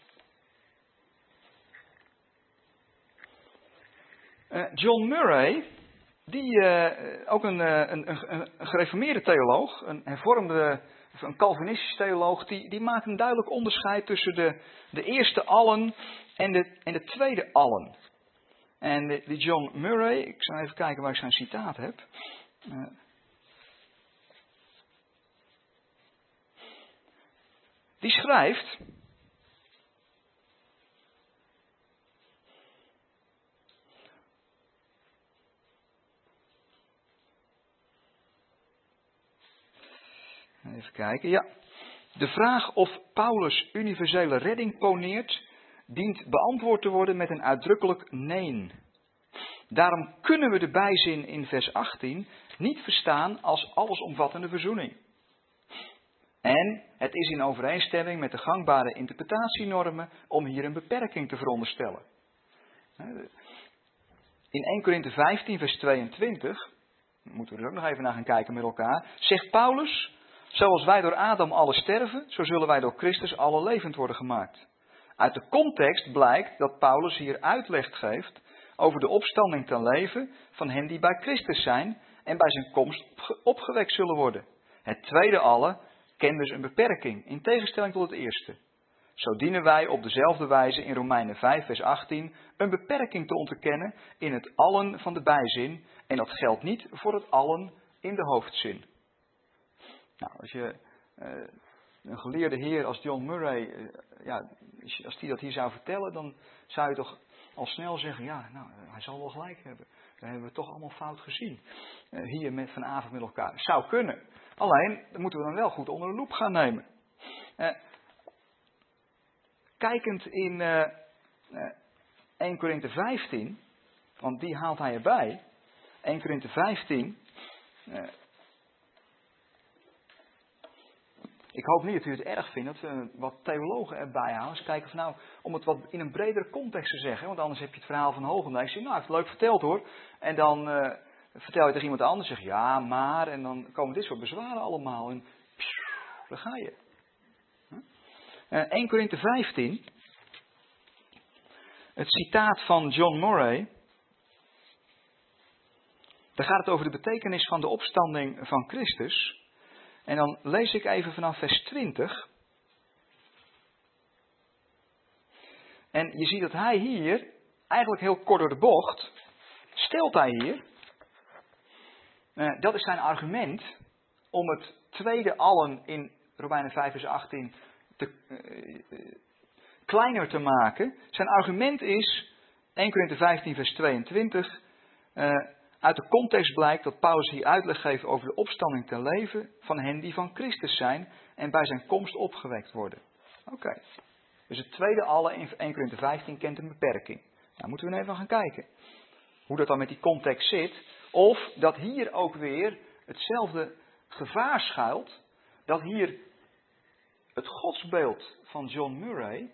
Uh, John Murray, die, uh, ook een, uh, een, een, een gereformeerde theoloog, een hervormde, een Calvinistische theoloog, die, die maakt een duidelijk onderscheid tussen de, de eerste allen en de, en de tweede allen. En de, die John Murray, ik zal even kijken waar ik zijn citaat heb. Uh, die schrijft... Even kijken, ja. De vraag of Paulus universele redding poneert, dient beantwoord te worden met een uitdrukkelijk nee. Daarom kunnen we de bijzin in vers achttien niet verstaan als allesomvattende verzoening. En het is in overeenstemming met de gangbare interpretatienormen om hier een beperking te veronderstellen. In eerste Korinthe vijftien vers tweeëntwintig, moeten we er ook nog even naar gaan kijken met elkaar, zegt Paulus: zoals wij door Adam alle sterven, zo zullen wij door Christus alle levend worden gemaakt. Uit de context blijkt dat Paulus hier uitleg geeft over de opstanding ten leven van hen die bij Christus zijn en bij zijn komst opgewekt zullen worden. Het tweede alle kent dus een beperking, in tegenstelling tot het eerste. Zo dienen wij op dezelfde wijze in Romeinen vijf vers achttien een beperking te onderkennen in het allen van de bijzin, en dat geldt niet voor het allen in de hoofdzin. Nou, als je uh, een geleerde heer als John Murray, uh, ja, als die dat hier zou vertellen, dan zou je toch al snel zeggen, ja, nou, hij zal wel gelijk hebben. Dat hebben we toch allemaal fout gezien. Uh, hier met, vanavond met elkaar. Zou kunnen. Alleen, dat moeten we dan wel goed onder de loep gaan nemen. Uh, kijkend in uh, uh, eerste Korinthe vijftien, want die haalt hij erbij. eerste Korinthe vijftien... Uh, Ik hoop niet dat u het erg vindt dat we wat theologen erbij halen. Dus kijken van nou, om het wat in een bredere context te zeggen. Want anders heb je het verhaal van Hogendijk. Ik zeg, nou, hij heeft het leuk verteld hoor. En dan uh, vertel je tegen iemand anders. Zeg ja, maar. En dan komen dit soort bezwaren allemaal. En pssst, daar ga je. Uh, eerste Korinthe vijftien. Het citaat van John Murray. Daar gaat het over de betekenis van de opstanding van Christus. En dan lees ik even vanaf vers twintig. En je ziet dat hij hier, eigenlijk heel kort door de bocht, stelt hij hier. Uh, dat is zijn argument om het tweede allen in Romeinen vijf vers achttien te, uh, uh, kleiner te maken. Zijn argument is, eerste Korinthe vijftien vers tweeëntwintig... Uh, Uit de context blijkt dat Paulus hier uitleg geeft over de opstanding ten leven van hen die van Christus zijn en bij zijn komst opgewekt worden. Oké. Okay. Dus het tweede alle in eerste Korinthe vijftien kent een beperking. Nou moeten we even gaan kijken hoe dat dan met die context zit. Of dat hier ook weer hetzelfde gevaar schuilt. Dat hier het godsbeeld van John Murray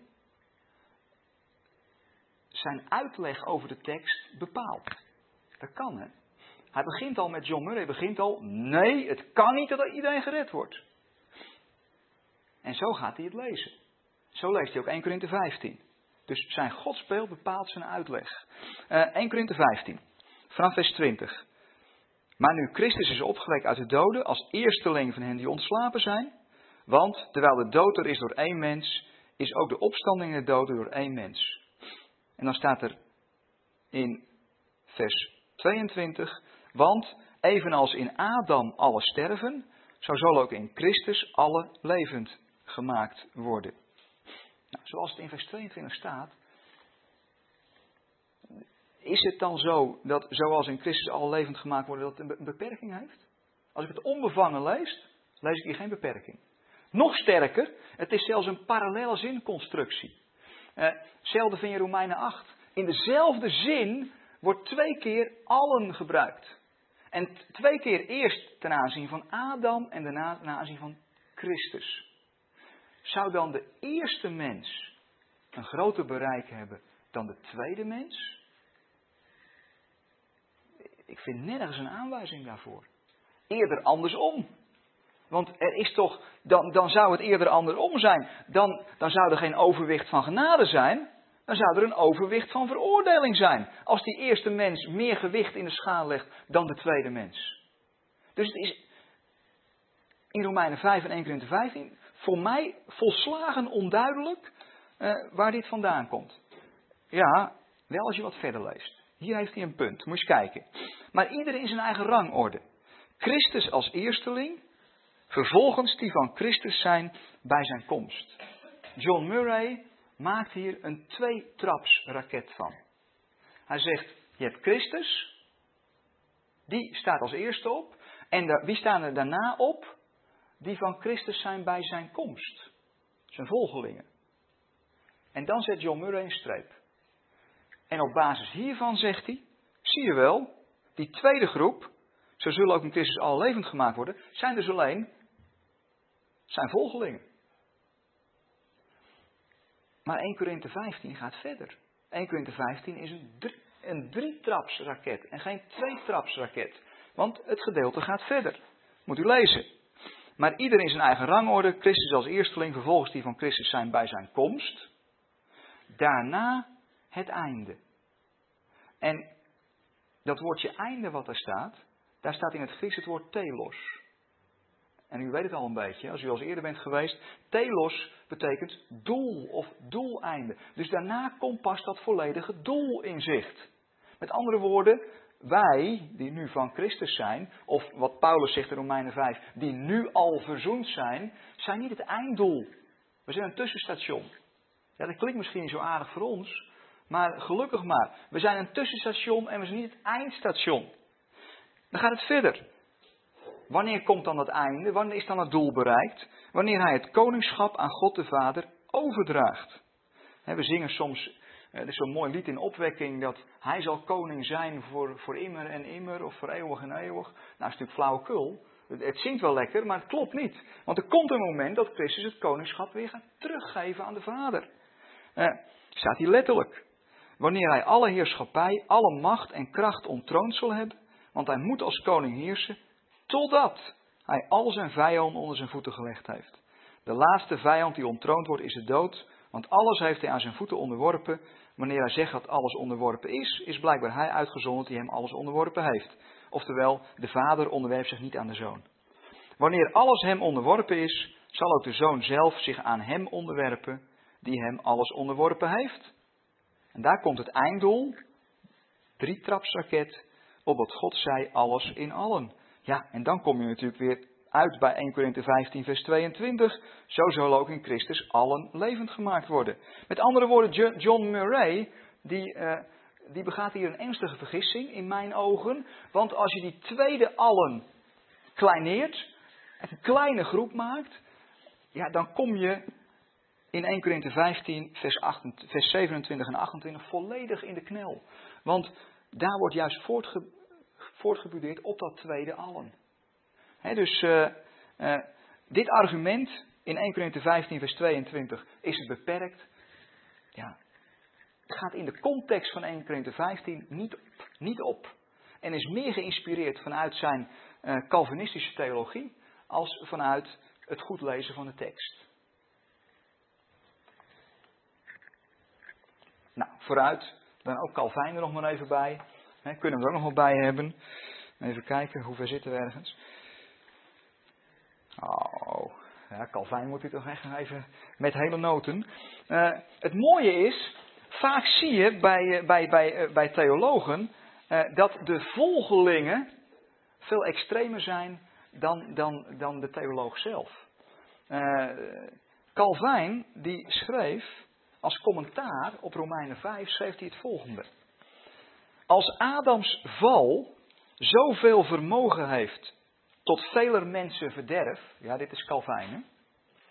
zijn uitleg over de tekst bepaalt. Dat kan, hè. Hij begint al met John Murray, begint al, nee, het kan niet dat iedereen gered wordt. En zo gaat hij het lezen. Zo leest hij ook eerste Korinthe vijftien. Dus zijn godsbeeld bepaalt zijn uitleg. Uh, eerste Korinthe vijftien, vanaf vers twintig. Maar nu Christus is opgewekt uit de doden als eersteling van hen die ontslapen zijn. Want terwijl de dood er is door één mens, is ook de opstanding in de doden door één mens. En dan staat er in vers tweeëntwintig. Want evenals in Adam alle sterven, zo zal ook in Christus alle levend gemaakt worden. Nou, zoals het in vers tweeëntwintig staat, is het dan zo dat zoals in Christus alle levend gemaakt worden, dat het een beperking heeft? Als ik het onbevangen lees, lees ik hier geen beperking. Nog sterker, het is zelfs een parallele zinconstructie. Uh, hetzelfde vind je Romeinen acht. In dezelfde zin wordt twee keer allen gebruikt. En twee keer eerst ten aanzien van Adam en daarna ten aanzien van Christus. Zou dan de eerste mens een groter bereik hebben dan de tweede mens? Ik vind nergens een aanwijzing daarvoor. Eerder andersom. Want er is toch, dan, dan zou het eerder andersom zijn. Dan, dan zou er geen overwicht van genade zijn. Dan zou er een overwicht van veroordeling zijn. Als die eerste mens meer gewicht in de schaal legt dan de tweede mens. Dus het is in Romeinen vijf en Eerste Korinthe vijftien voor mij volslagen onduidelijk uh, waar dit vandaan komt. Ja, wel als je wat verder leest. Hier heeft hij een punt, moet je eens kijken. Maar iedereen in zijn eigen rangorde. Christus als eersteling, vervolgens die van Christus zijn bij zijn komst. John Murray maakt hier een twee-traps-raket van. Hij zegt, je hebt Christus, die staat als eerste op. En da- wie staan er daarna op? Die van Christus zijn bij zijn komst. Zijn volgelingen. En dan zet John Murray een streep. En op basis hiervan zegt hij, zie je wel, die tweede groep, zo zullen ook in Christus alle levend gemaakt worden, zijn dus alleen zijn volgelingen. Maar Eerste Korinthe vijftien gaat verder. Eerste Korinthe vijftien is een, drie, een drietrapsraket en geen tweetrapsraket. Want het gedeelte gaat verder. Moet u lezen. Maar ieder in zijn eigen rangorde, Christus als eersteling, vervolgens die van Christus zijn bij zijn komst. Daarna het einde. En dat woordje einde wat er staat, daar staat in het Grieks het woord telos. En u weet het al een beetje, als u al eens eerder bent geweest. Telos betekent doel of doeleinde. Dus daarna komt pas dat volledige doel in zicht. Met andere woorden, wij die nu van Christus zijn, of wat Paulus zegt in Romeinen vijf, die nu al verzoend zijn, zijn niet het einddoel. We zijn een tussenstation. Ja, dat klinkt misschien niet zo aardig voor ons, maar gelukkig maar. We zijn een tussenstation en we zijn niet het eindstation. Dan gaat het verder. Wanneer komt dan het einde? Wanneer is dan het doel bereikt? Wanneer hij het koningschap aan God de Vader overdraagt. We zingen soms, er is zo'n mooi lied in opwekking, dat hij zal koning zijn voor, voor immer en immer, of voor eeuwig en eeuwig. Nou, dat is natuurlijk flauwekul. Het zingt wel lekker, maar het klopt niet. Want er komt een moment dat Christus het koningschap weer gaat teruggeven aan de Vader. Eh, staat hier letterlijk. Wanneer hij alle heerschappij, alle macht en kracht ontroond zal hebben. Want hij moet als koning heersen, totdat hij al zijn vijanden onder zijn voeten gelegd heeft. De laatste vijand die ontroond wordt is de dood. Want alles heeft hij aan zijn voeten onderworpen. Wanneer hij zegt dat alles onderworpen is, is blijkbaar hij uitgezonderd die hem alles onderworpen heeft. Oftewel, de vader onderwerpt zich niet aan de zoon. Wanneer alles hem onderworpen is, zal ook de zoon zelf zich aan hem onderwerpen die hem alles onderworpen heeft. En daar komt het einddoel, drietrapsraket, opdat God zij alles in allen. Ja, en dan kom je natuurlijk weer uit bij Eerste Korinthe vijftien vers tweeëntwintig. Zo zullen ook in Christus allen levend gemaakt worden. Met andere woorden, John Murray, die, uh, die begaat hier een ernstige vergissing in mijn ogen. Want als je die tweede allen kleineert, een kleine groep maakt, ja, dan kom je in Eerste Korinthe vijftien vers, achtentwintig, vers zevenentwintig en achtentwintig volledig in de knel. Want daar wordt juist voortge, voortgebudeerd op dat tweede allen. He, dus uh, uh, dit argument in Eerste Korinthe vijftien vers tweeëntwintig is het beperkt. Ja, het gaat in de context van Eerste Korinthe vijftien niet op, niet op. En is meer geïnspireerd vanuit zijn uh, Calvinistische theologie als vanuit het goed lezen van de tekst. Nou, vooruit. Dan ook Calvijn er nog maar even bij. He, kunnen we er ook nog wel bij hebben. Even kijken, hoe ver zitten we ergens? Oh, ja, Calvijn moet u toch echt nog even met hele noten. Uh, het mooie is, vaak zie je bij, bij, bij, bij theologen uh, dat de volgelingen veel extremer zijn dan, dan, dan de theoloog zelf. Uh, Calvijn die schreef als commentaar op Romeinen vijf, schreef hij het volgende. Als Adams val zoveel vermogen heeft tot veler mensen verderf, ja, dit is Calvijn, hè?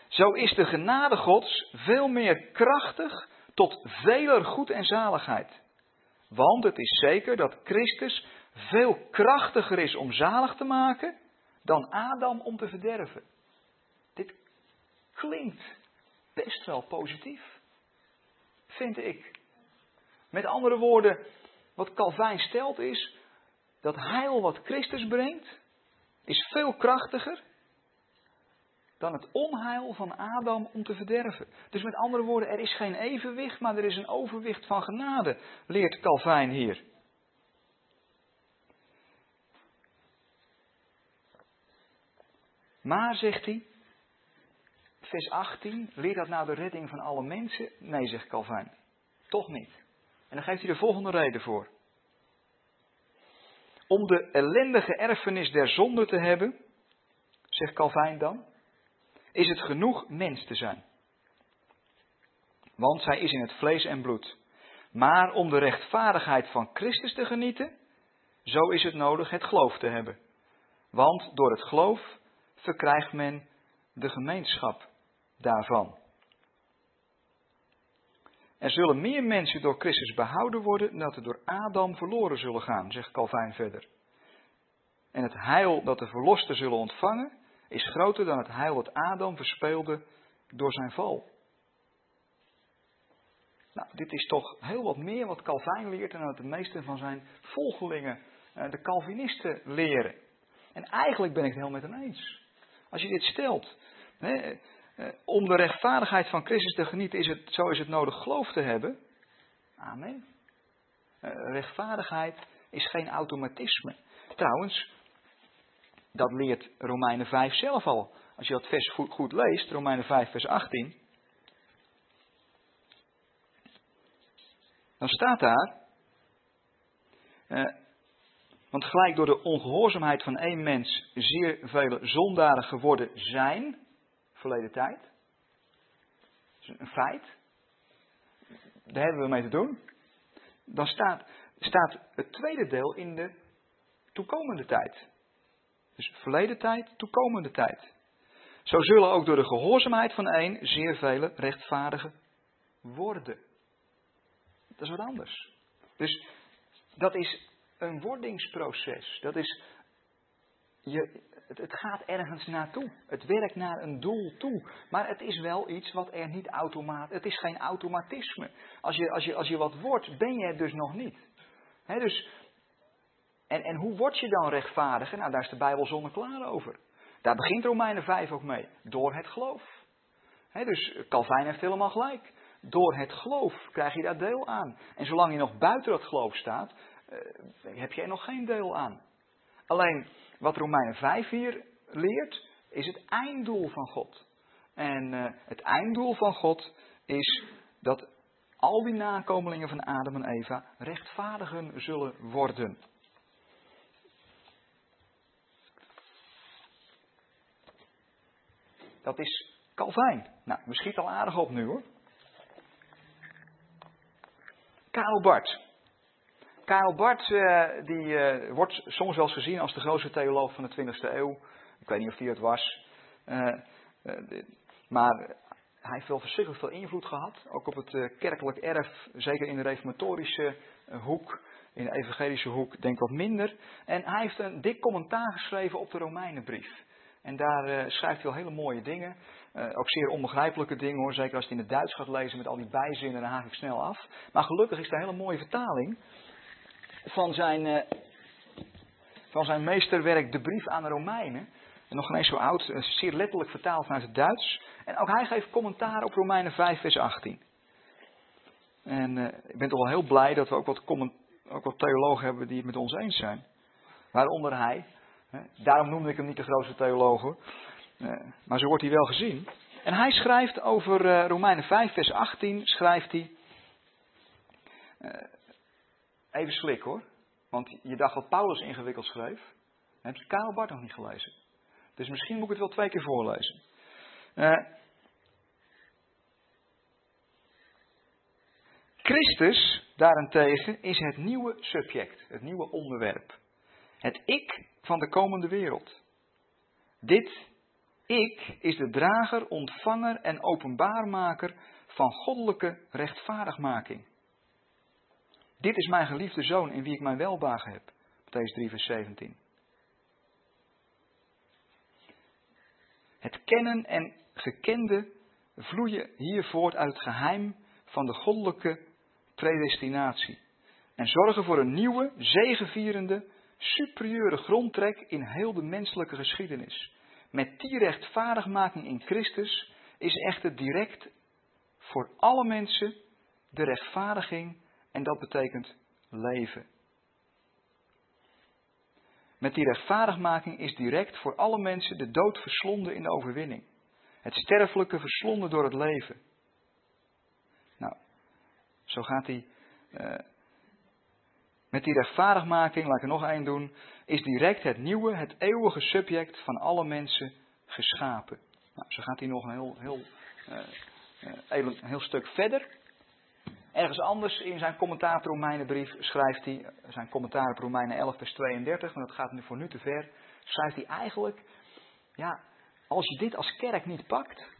Zo is de genade Gods veel meer krachtig tot veler goed en zaligheid. Want het is zeker dat Christus veel krachtiger is om zalig te maken dan Adam om te verderven. Dit klinkt best wel positief, vind ik. Met andere woorden, wat Calvijn stelt is dat heil wat Christus brengt, is veel krachtiger dan het onheil van Adam om te verderven. Dus met andere woorden, er is geen evenwicht, maar er is een overwicht van genade, leert Calvijn hier. Maar, zegt hij, vers achttien, leert dat nou de redding van alle mensen? Nee, zegt Calvijn, toch niet. En dan geeft hij de volgende reden voor. Om de ellendige erfenis der zonde te hebben, zegt Calvijn dan, is het genoeg mens te zijn. Want zij is in het vlees en bloed. Maar om de rechtvaardigheid van Christus te genieten, zo is het nodig het geloof te hebben. Want door het geloof verkrijgt men de gemeenschap daarvan. Er zullen meer mensen door Christus behouden worden dan dat er door Adam verloren zullen gaan, zegt Calvijn verder. En het heil dat de verlosten zullen ontvangen, is groter dan het heil dat Adam verspeelde door zijn val. Nou, dit is toch heel wat meer wat Calvijn leert dan dat de meeste van zijn volgelingen, de Calvinisten, leren. En eigenlijk ben ik het heel met hem eens. Als je dit stelt, hè, om de rechtvaardigheid van Christus te genieten, is het, zo is het nodig geloof te hebben. Amen. Rechtvaardigheid is geen automatisme. Trouwens, dat leert Romeinen vijf zelf al. Als je dat vers goed, goed leest, Romeinen vijf vers achttien. Dan staat daar. Eh, want gelijk door de ongehoorzaamheid van één mens zeer vele zondaren geworden zijn. Verleden tijd. Dat is een feit. Daar hebben we mee te doen. Dan staat, staat het tweede deel in de toekomende tijd. Dus verleden tijd, toekomende tijd. Zo zullen ook door de gehoorzaamheid van één zeer vele rechtvaardigen worden. Dat is wat anders. Dus dat is een wordingsproces. Dat is, je, het, het gaat ergens naartoe. Het werkt naar een doel toe. Maar het is wel iets wat er niet automatisch... Het is geen automatisme. Als je, als je, als je wat wordt, ben je het dus nog niet. He, dus... En, en hoe word je dan rechtvaardiger? Nou, daar is de Bijbel zonneklaar over. Daar begint Romeinen vijf ook mee. Door het geloof. He, dus Calvijn heeft helemaal gelijk. Door het geloof krijg je daar deel aan. En zolang je nog buiten dat geloof staat, uh, heb je er nog geen deel aan. Alleen, wat Romeinen vijf hier leert, is het einddoel van God. En uh, het einddoel van God is dat al die nakomelingen van Adam en Eva rechtvaardigen zullen worden. Dat is Calvijn. Nou, we schieten al aardig op nu hoor. Karl Barth. Karl Barth uh, die, uh, wordt soms wel eens gezien als de grootste theoloog van de twintigste eeuw. Ik weet niet of hij het was. Uh, uh, de, maar hij heeft wel verschrikkelijk veel invloed gehad. Ook op het uh, kerkelijk erf. Zeker in de reformatorische uh, hoek. In de evangelische hoek denk ik wat minder. En hij heeft een dik commentaar geschreven op de Romeinenbrief. En daar uh, schrijft hij wel hele mooie dingen. Uh, ook zeer onbegrijpelijke dingen hoor. Zeker als je het in het Duits gaat lezen met al die bijzinnen, dan haak ik snel af. Maar gelukkig is er een hele mooie vertaling van zijn, uh, van zijn meesterwerk De Brief aan de Romeinen. En nog geen eens zo oud, uh, zeer letterlijk vertaald vanuit het Duits. En ook hij geeft commentaar op Romeinen vijf vers achttien. En uh, ik ben toch wel heel blij dat we ook wat, comment, ook wat theologen hebben die het met ons eens zijn. Waaronder hij. Daarom noemde ik hem niet de grootste theoloog hoor. Uh, maar zo wordt hij wel gezien. En hij schrijft over uh, Romeinen vijf vers achttien, schrijft hij... Uh, even slik hoor. Want je dacht wat Paulus ingewikkeld schreef. Dan heb je Karl Barth nog niet gelezen. Dus misschien moet ik het wel twee keer voorlezen. Uh, Christus daarentegen is het nieuwe subject. Het nieuwe onderwerp. Het ik van de komende wereld. Dit Ik is de drager, ontvanger en openbaarmaker van goddelijke rechtvaardigmaking. Dit is mijn geliefde zoon in wie ik mijn welbehagen heb. Mattheüs drie vers zeventien. Het kennen en gekende vloeien hier voort uit het geheim van de goddelijke predestinatie. En zorgen voor een nieuwe, zegevierende, superieure grondtrek in heel de menselijke geschiedenis. Met die rechtvaardigmaking in Christus is echter direct voor alle mensen de rechtvaardiging en dat betekent leven. Met die rechtvaardigmaking is direct voor alle mensen de dood verslonden in de overwinning. Het sterfelijke verslonden door het leven. Nou, zo gaat hij. Uh, met die rechtvaardigmaking, laat ik er nog één doen, is direct het nieuwe, het eeuwige subject van alle mensen geschapen. Nou, zo gaat hij nog een heel, heel, uh, uh, een heel stuk verder. Ergens anders in zijn commentaar op de Romeinenbrief schrijft hij, zijn commentaar op Romeinen elf vers tweeëndertig, maar dat gaat nu voor nu te ver, schrijft hij eigenlijk, ja, als je dit als kerk niet pakt,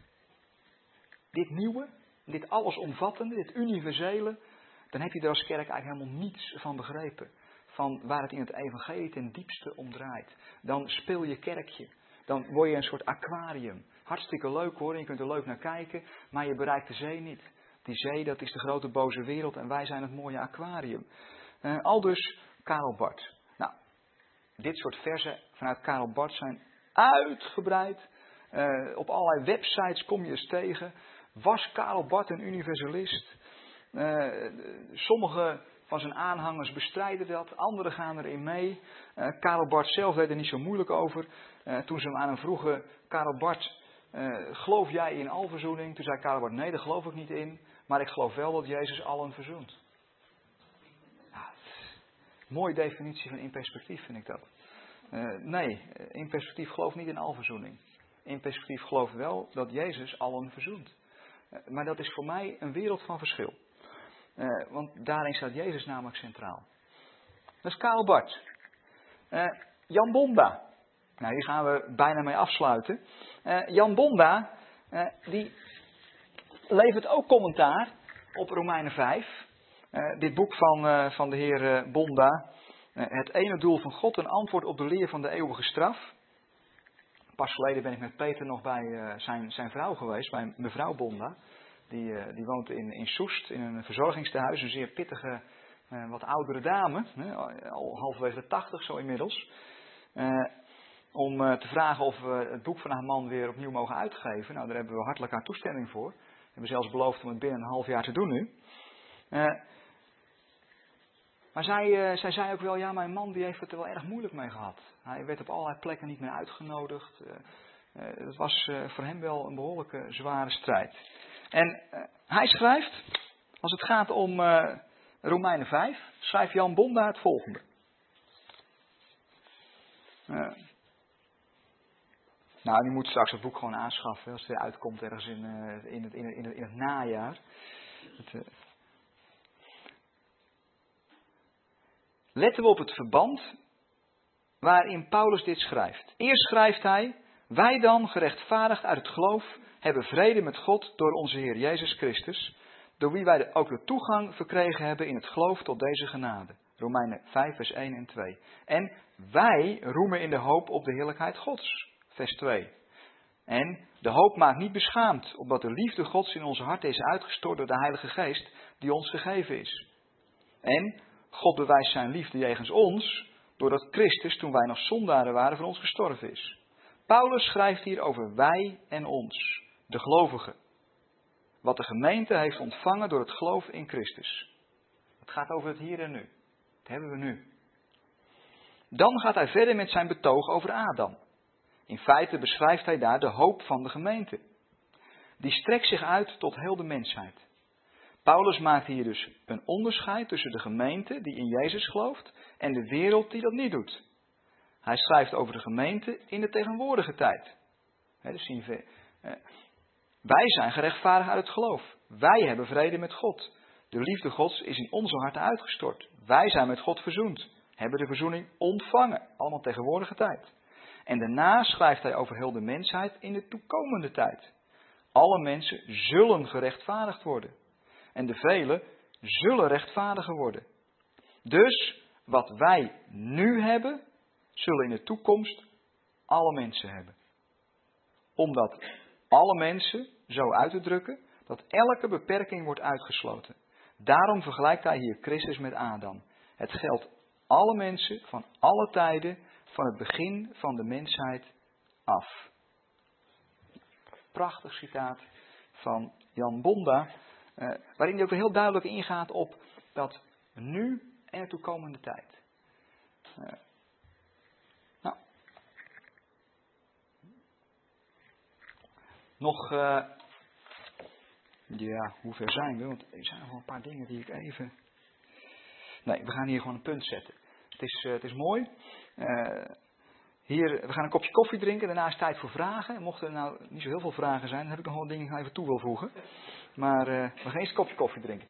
dit nieuwe, dit allesomvattende, dit universele, dan heb je er als kerk eigenlijk helemaal niets van begrepen. Van waar het in het evangelie ten diepste om draait. Dan speel je kerkje. Dan word je een soort aquarium. Hartstikke leuk hoor, en je kunt er leuk naar kijken, maar je bereikt de zee niet. Die zee, dat is de grote boze wereld en wij zijn het mooie aquarium. Uh, aldus Karel Barth. Nou, dit soort versen vanuit Karel Barth zijn uitgebreid. Uh, op allerlei websites kom je eens tegen. Was Karel Barth een universalist? Uh, sommige van zijn aanhangers bestrijden dat, anderen gaan erin mee. Uh, Karel Barth zelf deed er niet zo moeilijk over. Uh, toen ze hem aan hem vroegen, Karel Barth, uh, geloof jij in alverzoening? Toen zei Karel Barth, nee, daar geloof ik niet in. Maar ik geloof wel dat Jezus allen verzoent. Ja, mooie definitie van in perspectief vind ik dat. Uh, nee, in perspectief geloof niet in alverzoening. In perspectief geloof wel dat Jezus allen verzoent. Uh, maar dat is voor mij een wereld van verschil. Uh, want daarin staat Jezus namelijk centraal. Dat is Karel Barth. Uh, Jan Bonda. Nou, hier gaan we bijna mee afsluiten. Uh, Jan Bonda, uh, die levert ook commentaar op Romeinen vijf. Uh, dit boek van, uh, van de heer uh, Bonda. Uh, het ene doel van God, een antwoord op de leer van de eeuwige straf. Pas geleden ben ik met Peter nog bij uh, zijn, zijn vrouw geweest, bij mevrouw Bonda. Die, uh, die woont in, in Soest, in een verzorgingstehuis. Een zeer pittige, uh, wat oudere dame. Hè, al halverwege de tachtig zo inmiddels. Uh, om uh, te vragen of we het boek van haar man weer opnieuw mogen uitgeven. Nou, daar hebben we hartelijk haar toestemming voor. We hebben zelfs beloofd om het binnen een half jaar te doen nu. Uh, maar zij, uh, zij zei ook wel, ja, mijn man die heeft het er wel erg moeilijk mee gehad. Hij werd op allerlei plekken niet meer uitgenodigd. Uh, uh, het was uh, voor hem wel een behoorlijke zware strijd. En uh, hij schrijft, als het gaat om uh, Romeinen vijf, schrijft Jan Bonda het volgende. Uh, nou, die moet straks het boek gewoon aanschaffen, als het weer uitkomt ergens in, uh, in, het, in, het, in, het, in het najaar. Het, uh... Letten we op het verband waarin Paulus dit schrijft. Eerst schrijft hij, wij dan, gerechtvaardigd uit het geloof, hebben vrede met God door onze Heer Jezus Christus, door wie wij de, ook de toegang verkregen hebben in het geloof tot deze genade. Romeinen vijf vers één en twee. En wij roemen in de hoop op de heerlijkheid Gods. Vers twee. En de hoop maakt niet beschaamd, omdat de liefde Gods in onze harten is uitgestort door de Heilige Geest die ons gegeven is. En God bewijst zijn liefde jegens ons, doordat Christus, toen wij nog zondaren waren, voor ons gestorven is. Paulus schrijft hier over wij en ons, de gelovigen. Wat de gemeente heeft ontvangen door het geloof in Christus. Het gaat over het hier en nu. Dat hebben we nu. Dan gaat hij verder met zijn betoog over Adam. In feite beschrijft hij daar de hoop van de gemeente. Die strekt zich uit tot heel de mensheid. Paulus maakt hier dus een onderscheid tussen de gemeente die in Jezus gelooft en de wereld die dat niet doet. Hij schrijft over de gemeente in de tegenwoordige tijd. He, dus zien we, eh, wij zijn gerechtvaardigd uit het geloof. Wij hebben vrede met God. De liefde Gods is in onze harten uitgestort. Wij zijn met God verzoend. Hebben de verzoening ontvangen. Allemaal tegenwoordige tijd. En daarna schrijft hij over heel de mensheid in de toekomende tijd. Alle mensen zullen gerechtvaardigd worden. En de velen zullen rechtvaardiger worden. Dus wat wij nu hebben, zullen in de toekomst alle mensen hebben. Om dat alle mensen zo uit te drukken, dat elke beperking wordt uitgesloten. Daarom vergelijkt hij hier Christus met Adam. Het geldt alle mensen van alle tijden, van het begin van de mensheid af. Prachtig citaat van Jan Bonda, eh, waarin hij ook heel duidelijk ingaat op dat nu en de toekomende tijd. Uh, nou. Nog, uh, ja, hoe ver zijn we? Want er zijn nog wel een paar dingen die ik even... Nee, we gaan hier gewoon een punt zetten. Het is, uh, het is mooi. Uh, hier, we gaan een kopje koffie drinken, daarna is tijd voor vragen. En mochten er nou niet zo heel veel vragen zijn, dan heb ik nog wel dingen die ik even toe wil voegen. Maar uh, we gaan eerst een kopje koffie drinken.